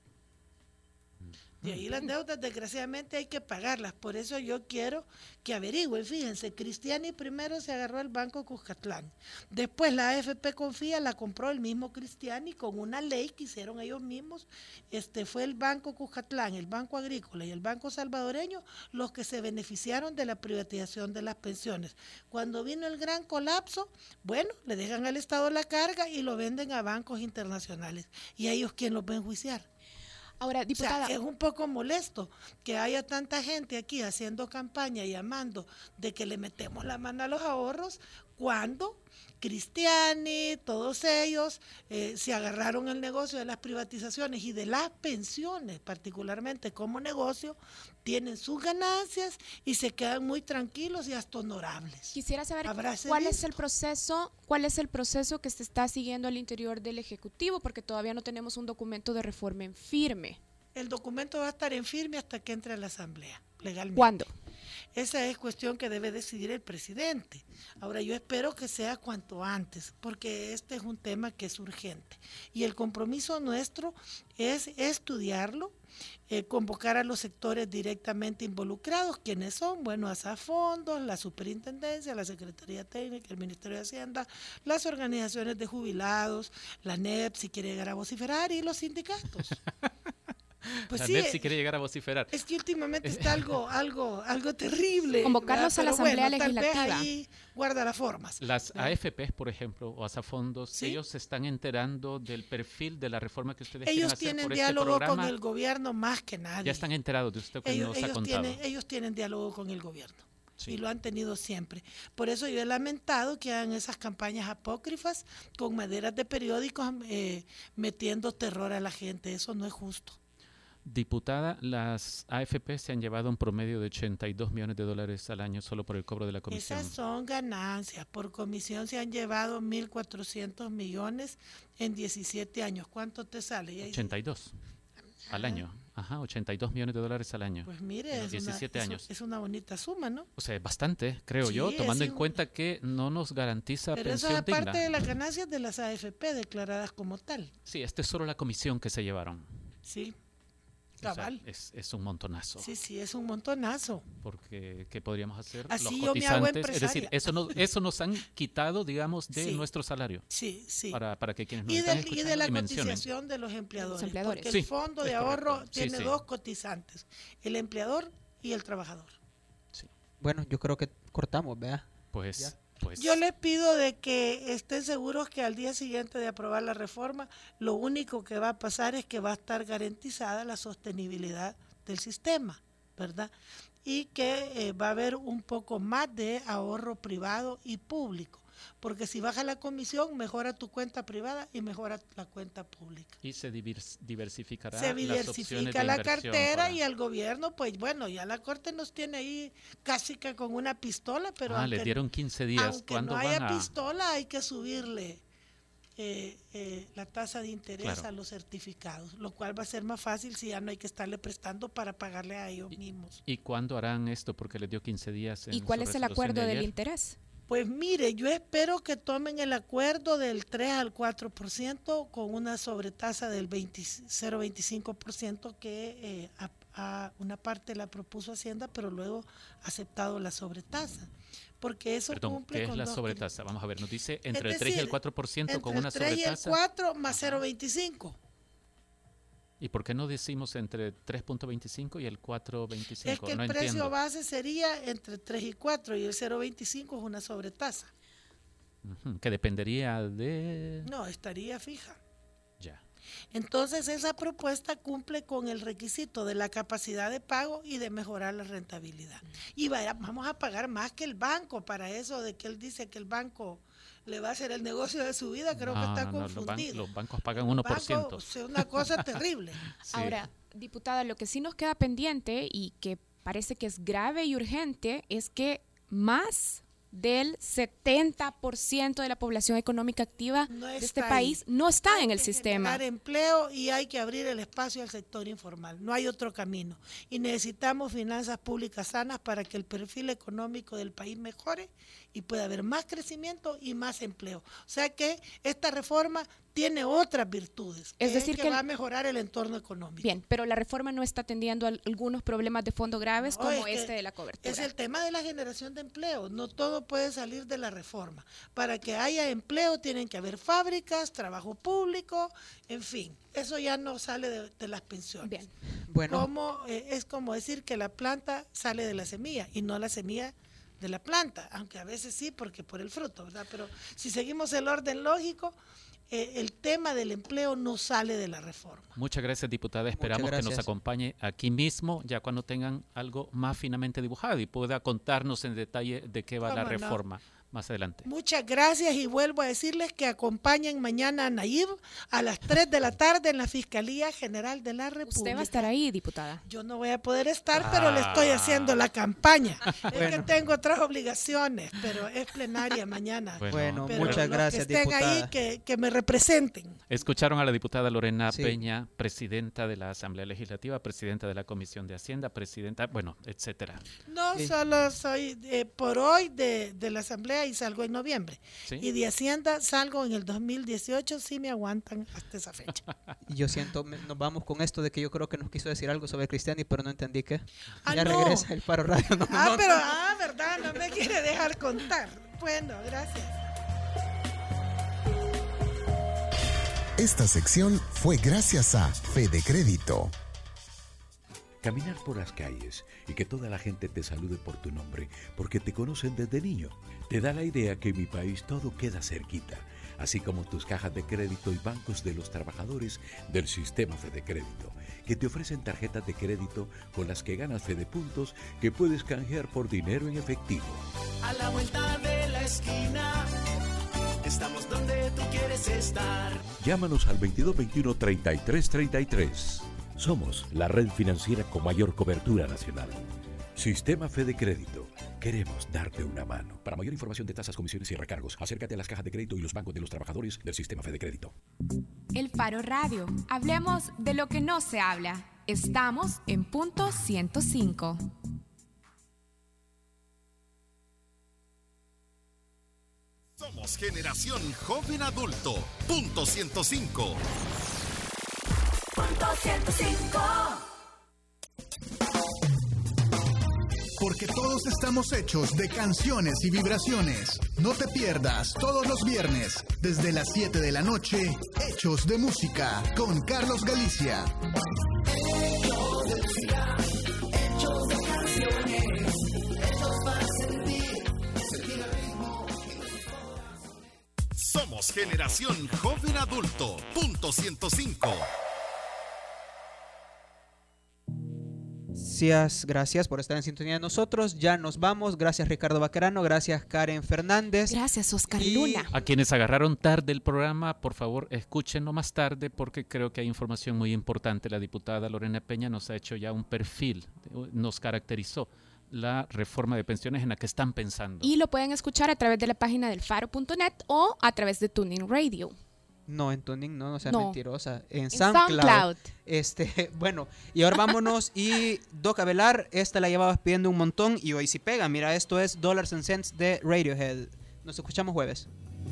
De ahí las deudas, desgraciadamente, hay que pagarlas. Por eso yo quiero que averigüen. Fíjense, Cristiani primero se agarró el Banco Cuscatlán. Después la A F P Confía la compró el mismo Cristiani con una ley que hicieron ellos mismos. Este fue el Banco Cuscatlán, el Banco Agrícola y el Banco Salvadoreño los que se beneficiaron de la privatización de las pensiones. Cuando vino el gran colapso, bueno, le dejan al Estado la carga y lo venden a bancos internacionales. ¿Y a ellos quién los va a enjuiciar? Ahora, diputada, O sea, es un poco molesto que haya tanta gente aquí haciendo campaña y llamando de que le metemos la mano a los ahorros cuando Cristiani, todos ellos eh, se agarraron el negocio de las privatizaciones y de las pensiones, particularmente como negocio, tienen sus ganancias y se quedan muy tranquilos y hasta honorables. quisiera saber Habráse cuál visto. es el proceso, cuál es el proceso que se está siguiendo al interior del Ejecutivo, porque todavía no tenemos un documento de reforma en firme. El documento va a estar en firme hasta que entre a la Asamblea, legalmente. ¿Cuándo? Esa es cuestión que debe decidir el presidente. Ahora, yo espero que sea cuanto antes, porque este es un tema que es urgente. Y el compromiso nuestro es estudiarlo, eh, convocar a los sectores directamente involucrados, quienes son, bueno, Asafondos, la Superintendencia, la Secretaría Técnica, el Ministerio de Hacienda, las organizaciones de jubilados, la N E P, si quiere llegar a vociferar, y los sindicatos. Pues la sí, N E P si quiere llegar a vociferar. es que últimamente está algo, algo, algo terrible. Convocarlos ¿verdad? a la Pero Asamblea bueno, tal vez Legislativa. ahí guarda las formas. Las ¿verdad? A F Pes, por ejemplo, o Asafondos, Sí. ellos se están enterando del perfil de la reforma que ustedes Ellos quieren hacer tienen por diálogo este programa. con el gobierno más que nadie. Ya están enterados de usted que ellos, nos ha ellos contado. tienen, ellos tienen diálogo con el gobierno. Sí. Y lo han tenido siempre. Por eso yo he lamentado que hagan esas campañas apócrifas con maderas de periódicos eh, metiendo terror a la gente. Eso no es justo. Diputada, las A F P se han llevado un promedio de ochenta y dos millones de dólares al año solo por el cobro de la comisión. Esas son ganancias. Por comisión se han llevado mil cuatrocientos millones en diecisiete años. ¿Cuánto te sale? Y ahí- ochenta y dos al año. Ajá, ochenta y dos millones de dólares al año. Pues mire, en es una, diecisiete es, años. es una bonita suma, ¿no? O sea, es bastante, creo Sí, yo, tomando es en un- cuenta que no nos garantiza Pero eso pensión es aparte digna. de las ganancias de las A F P declaradas como tal. Sí, esta es solo la comisión que se llevaron. Sí, O sea, cabal. es, es un montonazo. Sí, sí, es un montonazo. Porque, ¿qué podríamos hacer? Así Los yo me hago cotizantes, es decir, empresaria. eso, no, eso nos han quitado, digamos, de Sí. nuestro salario. Sí, sí. Para, para que quienes nos Y, están del- y escuchando de la y mencionen. cotización de los empleadores. empleadores. Porque Sí, el fondo es de ahorro correcto. Sí, tiene sí. dos cotizantes, el empleador y el trabajador. Bueno, yo creo que cortamos, ¿verdad? Pues, Ya. pues Yo les pido de que estén seguros que al día siguiente de aprobar la reforma, lo único que va a pasar es que va a estar garantizada la sostenibilidad del sistema, ¿verdad? Y que eh, va a haber un poco más de ahorro privado y público, porque si baja la comisión, mejora tu cuenta privada y mejora la cuenta pública. y se divers- diversificará Se las opciones diversifica de la inversión cartera para- y al gobierno, pues bueno, ya la Corte nos tiene ahí casi que con una pistola, pero Ah, aunque, les dieron quince días. aunque ¿Cuándo no haya van a...? pistola, hay que subirle eh, eh, la tasa de interés Claro. a los certificados, lo cual va a ser más fácil si ya no hay que estarle prestando para pagarle a ellos mismos. ¿Y cuándo harán esto? Porque les dio quince días. ¿Y en cuál su es el resolución acuerdo de del ayer. interés? Pues mire, yo espero que tomen el acuerdo del tres al cuatro por ciento con una sobretasa del cero punto veinticinco por ciento que eh, a, a una parte la propuso Hacienda, pero luego ha aceptado la sobretasa. Porque eso Perdón, cumple ¿qué es con la dos sobretasa? Vamos a ver, nos dice entre es el tres y el decir, cuatro por ciento con una entre el tres y el sobretasa. cuatro más cero punto veinticinco. ¿Y por qué no decimos entre tres punto veinticinco y el cuatro punto veinticinco? Es que el no precio entiendo. base sería entre tres y cuatro y el cero punto veinticinco es una sobretasa. Uh-huh, que dependería de... No, estaría fija. Ya. Entonces esa propuesta cumple con el requisito de la capacidad de pago y de mejorar la rentabilidad. Y vaya, vamos a pagar más que el banco para eso de que él dice que el banco le va a hacer el negocio de su vida, creo no, que está no, no, confundido. Los, ban- los bancos pagan uno por ciento. Es una cosa terrible. Sí. Ahora, diputada, lo que sí nos queda pendiente y que parece que es grave y urgente es que más del setenta por ciento de la población económica activa No de está este ahí. país no está Hay en el que sistema. generar empleo y hay que abrir el espacio al sector informal. No hay otro camino. Y necesitamos finanzas públicas sanas para que el perfil económico del país mejore y pueda haber más crecimiento y más empleo. O sea que esta reforma tiene otras virtudes. Es que decir, que, que va el- a mejorar el entorno económico. Bien, pero la reforma no está atendiendo al- algunos problemas de fondo graves No, como es que este de la cobertura. Es el tema de la generación de empleo. No todo puede salir de la reforma. Para que haya empleo tienen que haber fábricas, trabajo público, en fin. Eso ya no sale de, de las pensiones. Bien. Bueno, Como, eh, es como decir que la planta sale de la semilla y no la semilla de la planta, aunque a veces sí, porque por el fruto, ¿verdad? Pero si seguimos el orden lógico, eh, el tema del empleo no sale de la reforma. Muchas gracias, diputada. Esperamos que nos gracias. acompañe aquí mismo, ya cuando tengan algo más finamente dibujado y pueda contarnos en detalle de qué va la ¿Cómo no? reforma más adelante. Muchas gracias y vuelvo a decirles que acompañen mañana a Nayib a las tres de la tarde en la Fiscalía General de la República. Usted va a estar ahí, diputada. Yo no voy a poder estar, pero le estoy haciendo la campaña. Es que Bueno. tengo otras obligaciones, pero es plenaria mañana. Bueno, Pero muchas los gracias, que estén diputada. ahí, que, que me representen. Escucharon a la diputada Lorena Sí. Peña, presidenta de la Asamblea Legislativa, presidenta de la Comisión de Hacienda, presidenta, bueno, etcétera. No, Sí. solo soy eh, por hoy de, de la Asamblea y salgo en noviembre. ¿Sí? Y de Hacienda salgo en el dos mil dieciocho, si me aguantan hasta esa fecha. yo siento, me- nos vamos con esto de que yo creo que nos quiso decir algo sobre Cristiani, pero no entendí qué. Ah, ya no. regresa el Faro Radio. No, Ah, no, pero, no. ah, verdad, no me quiere dejar contar. Bueno, gracias. Esta sección fue gracias a Fede Crédito. Caminar por las calles y que toda la gente te salude por tu nombre porque te conocen desde niño, te da la idea que en mi país todo queda cerquita, así como tus cajas de crédito y bancos de los trabajadores del sistema Fede Crédito, que te ofrecen tarjetas de crédito con las que ganas Fede Puntos que puedes canjear por dinero en efectivo. A la vuelta de la esquina, estamos donde tú quieres estar. Llámanos al veintidós veintiuno treinta y tres treinta y tres. Somos la red financiera con mayor cobertura nacional. Sistema Fede Crédito. Queremos darte una mano. Para mayor información de tasas, comisiones y recargos, acércate a las cajas de crédito y los bancos de los trabajadores del Sistema Fede Crédito. El Faro Radio. Hablemos de lo que no se habla. Estamos en punto ciento cinco. Somos Generación Joven Adulto. Punto ciento cinco. Punto ciento cinco. Porque todos estamos hechos de canciones y vibraciones. No te pierdas todos los viernes, desde las siete de la noche, Hechos de Música, con Carlos Galicia. Hechos de música, hechos de canciones, hechos para sentir, sentir el ritmo. Somos Generación Joven Adulto. Punto ciento cinco. Gracias, gracias por estar en sintonía de nosotros. Ya nos vamos. Gracias, Ricardo Baquerano. Gracias, Karen Fernández. Gracias, Oscar Y- Luna. A quienes agarraron tarde el programa, por favor, escúchenlo más tarde porque creo que hay información muy importante. La diputada Lorena Peña nos ha hecho ya un perfil, nos caracterizó la reforma de pensiones en la que están pensando. Y lo pueden escuchar a través de la página del faro punto net o a través de Tuning Radio. No, en Tuning no, no sea No. mentirosa. En, En SoundCloud. SoundCloud. Este, bueno, y ahora vámonos. Y Doc Avelar, esta la llevabas pidiendo un montón y hoy sí pega. Mira, esto es Dollars and Cents de Radiohead. Nos escuchamos jueves.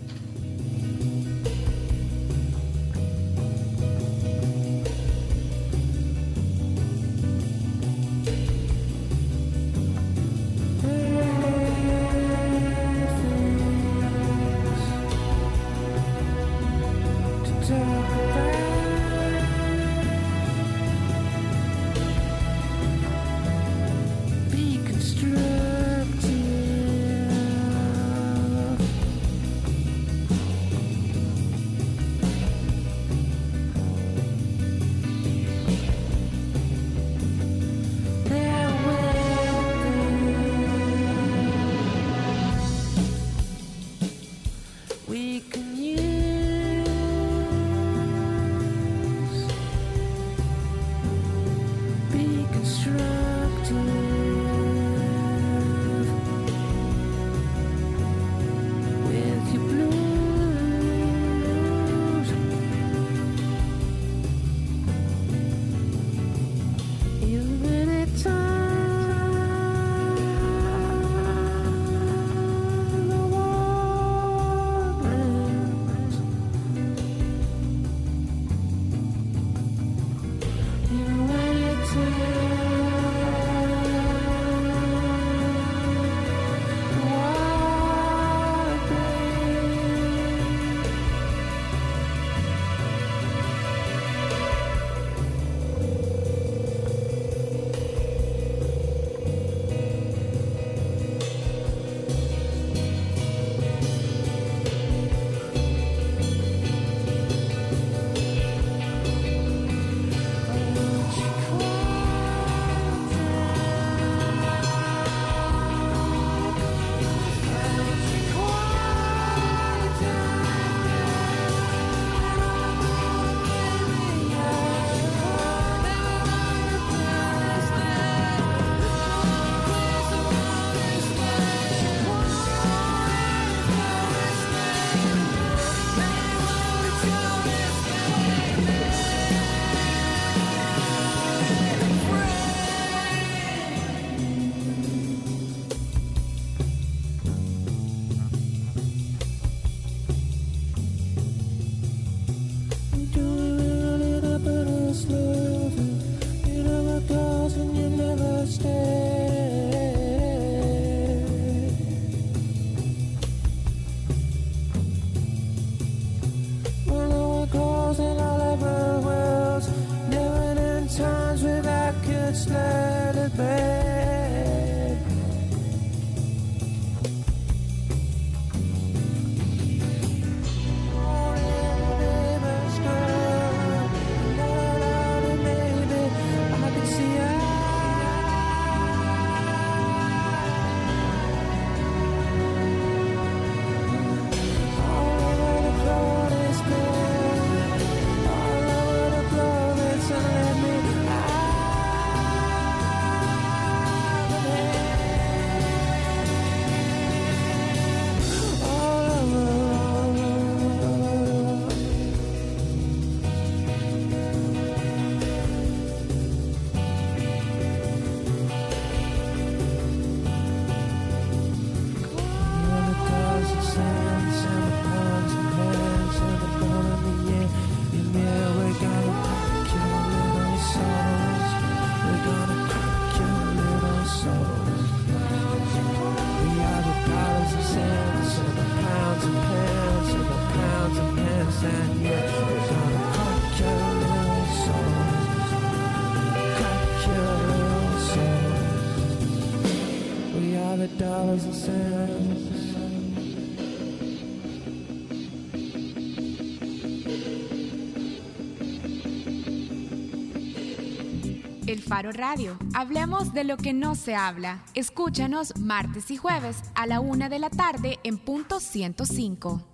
El Faro Radio. Hablemos de lo que no se habla. Escúchanos martes y jueves a la una de la tarde en punto ciento cinco.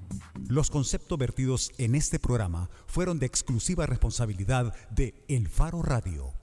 Los conceptos vertidos en este programa fueron de exclusiva responsabilidad de El Faro Radio.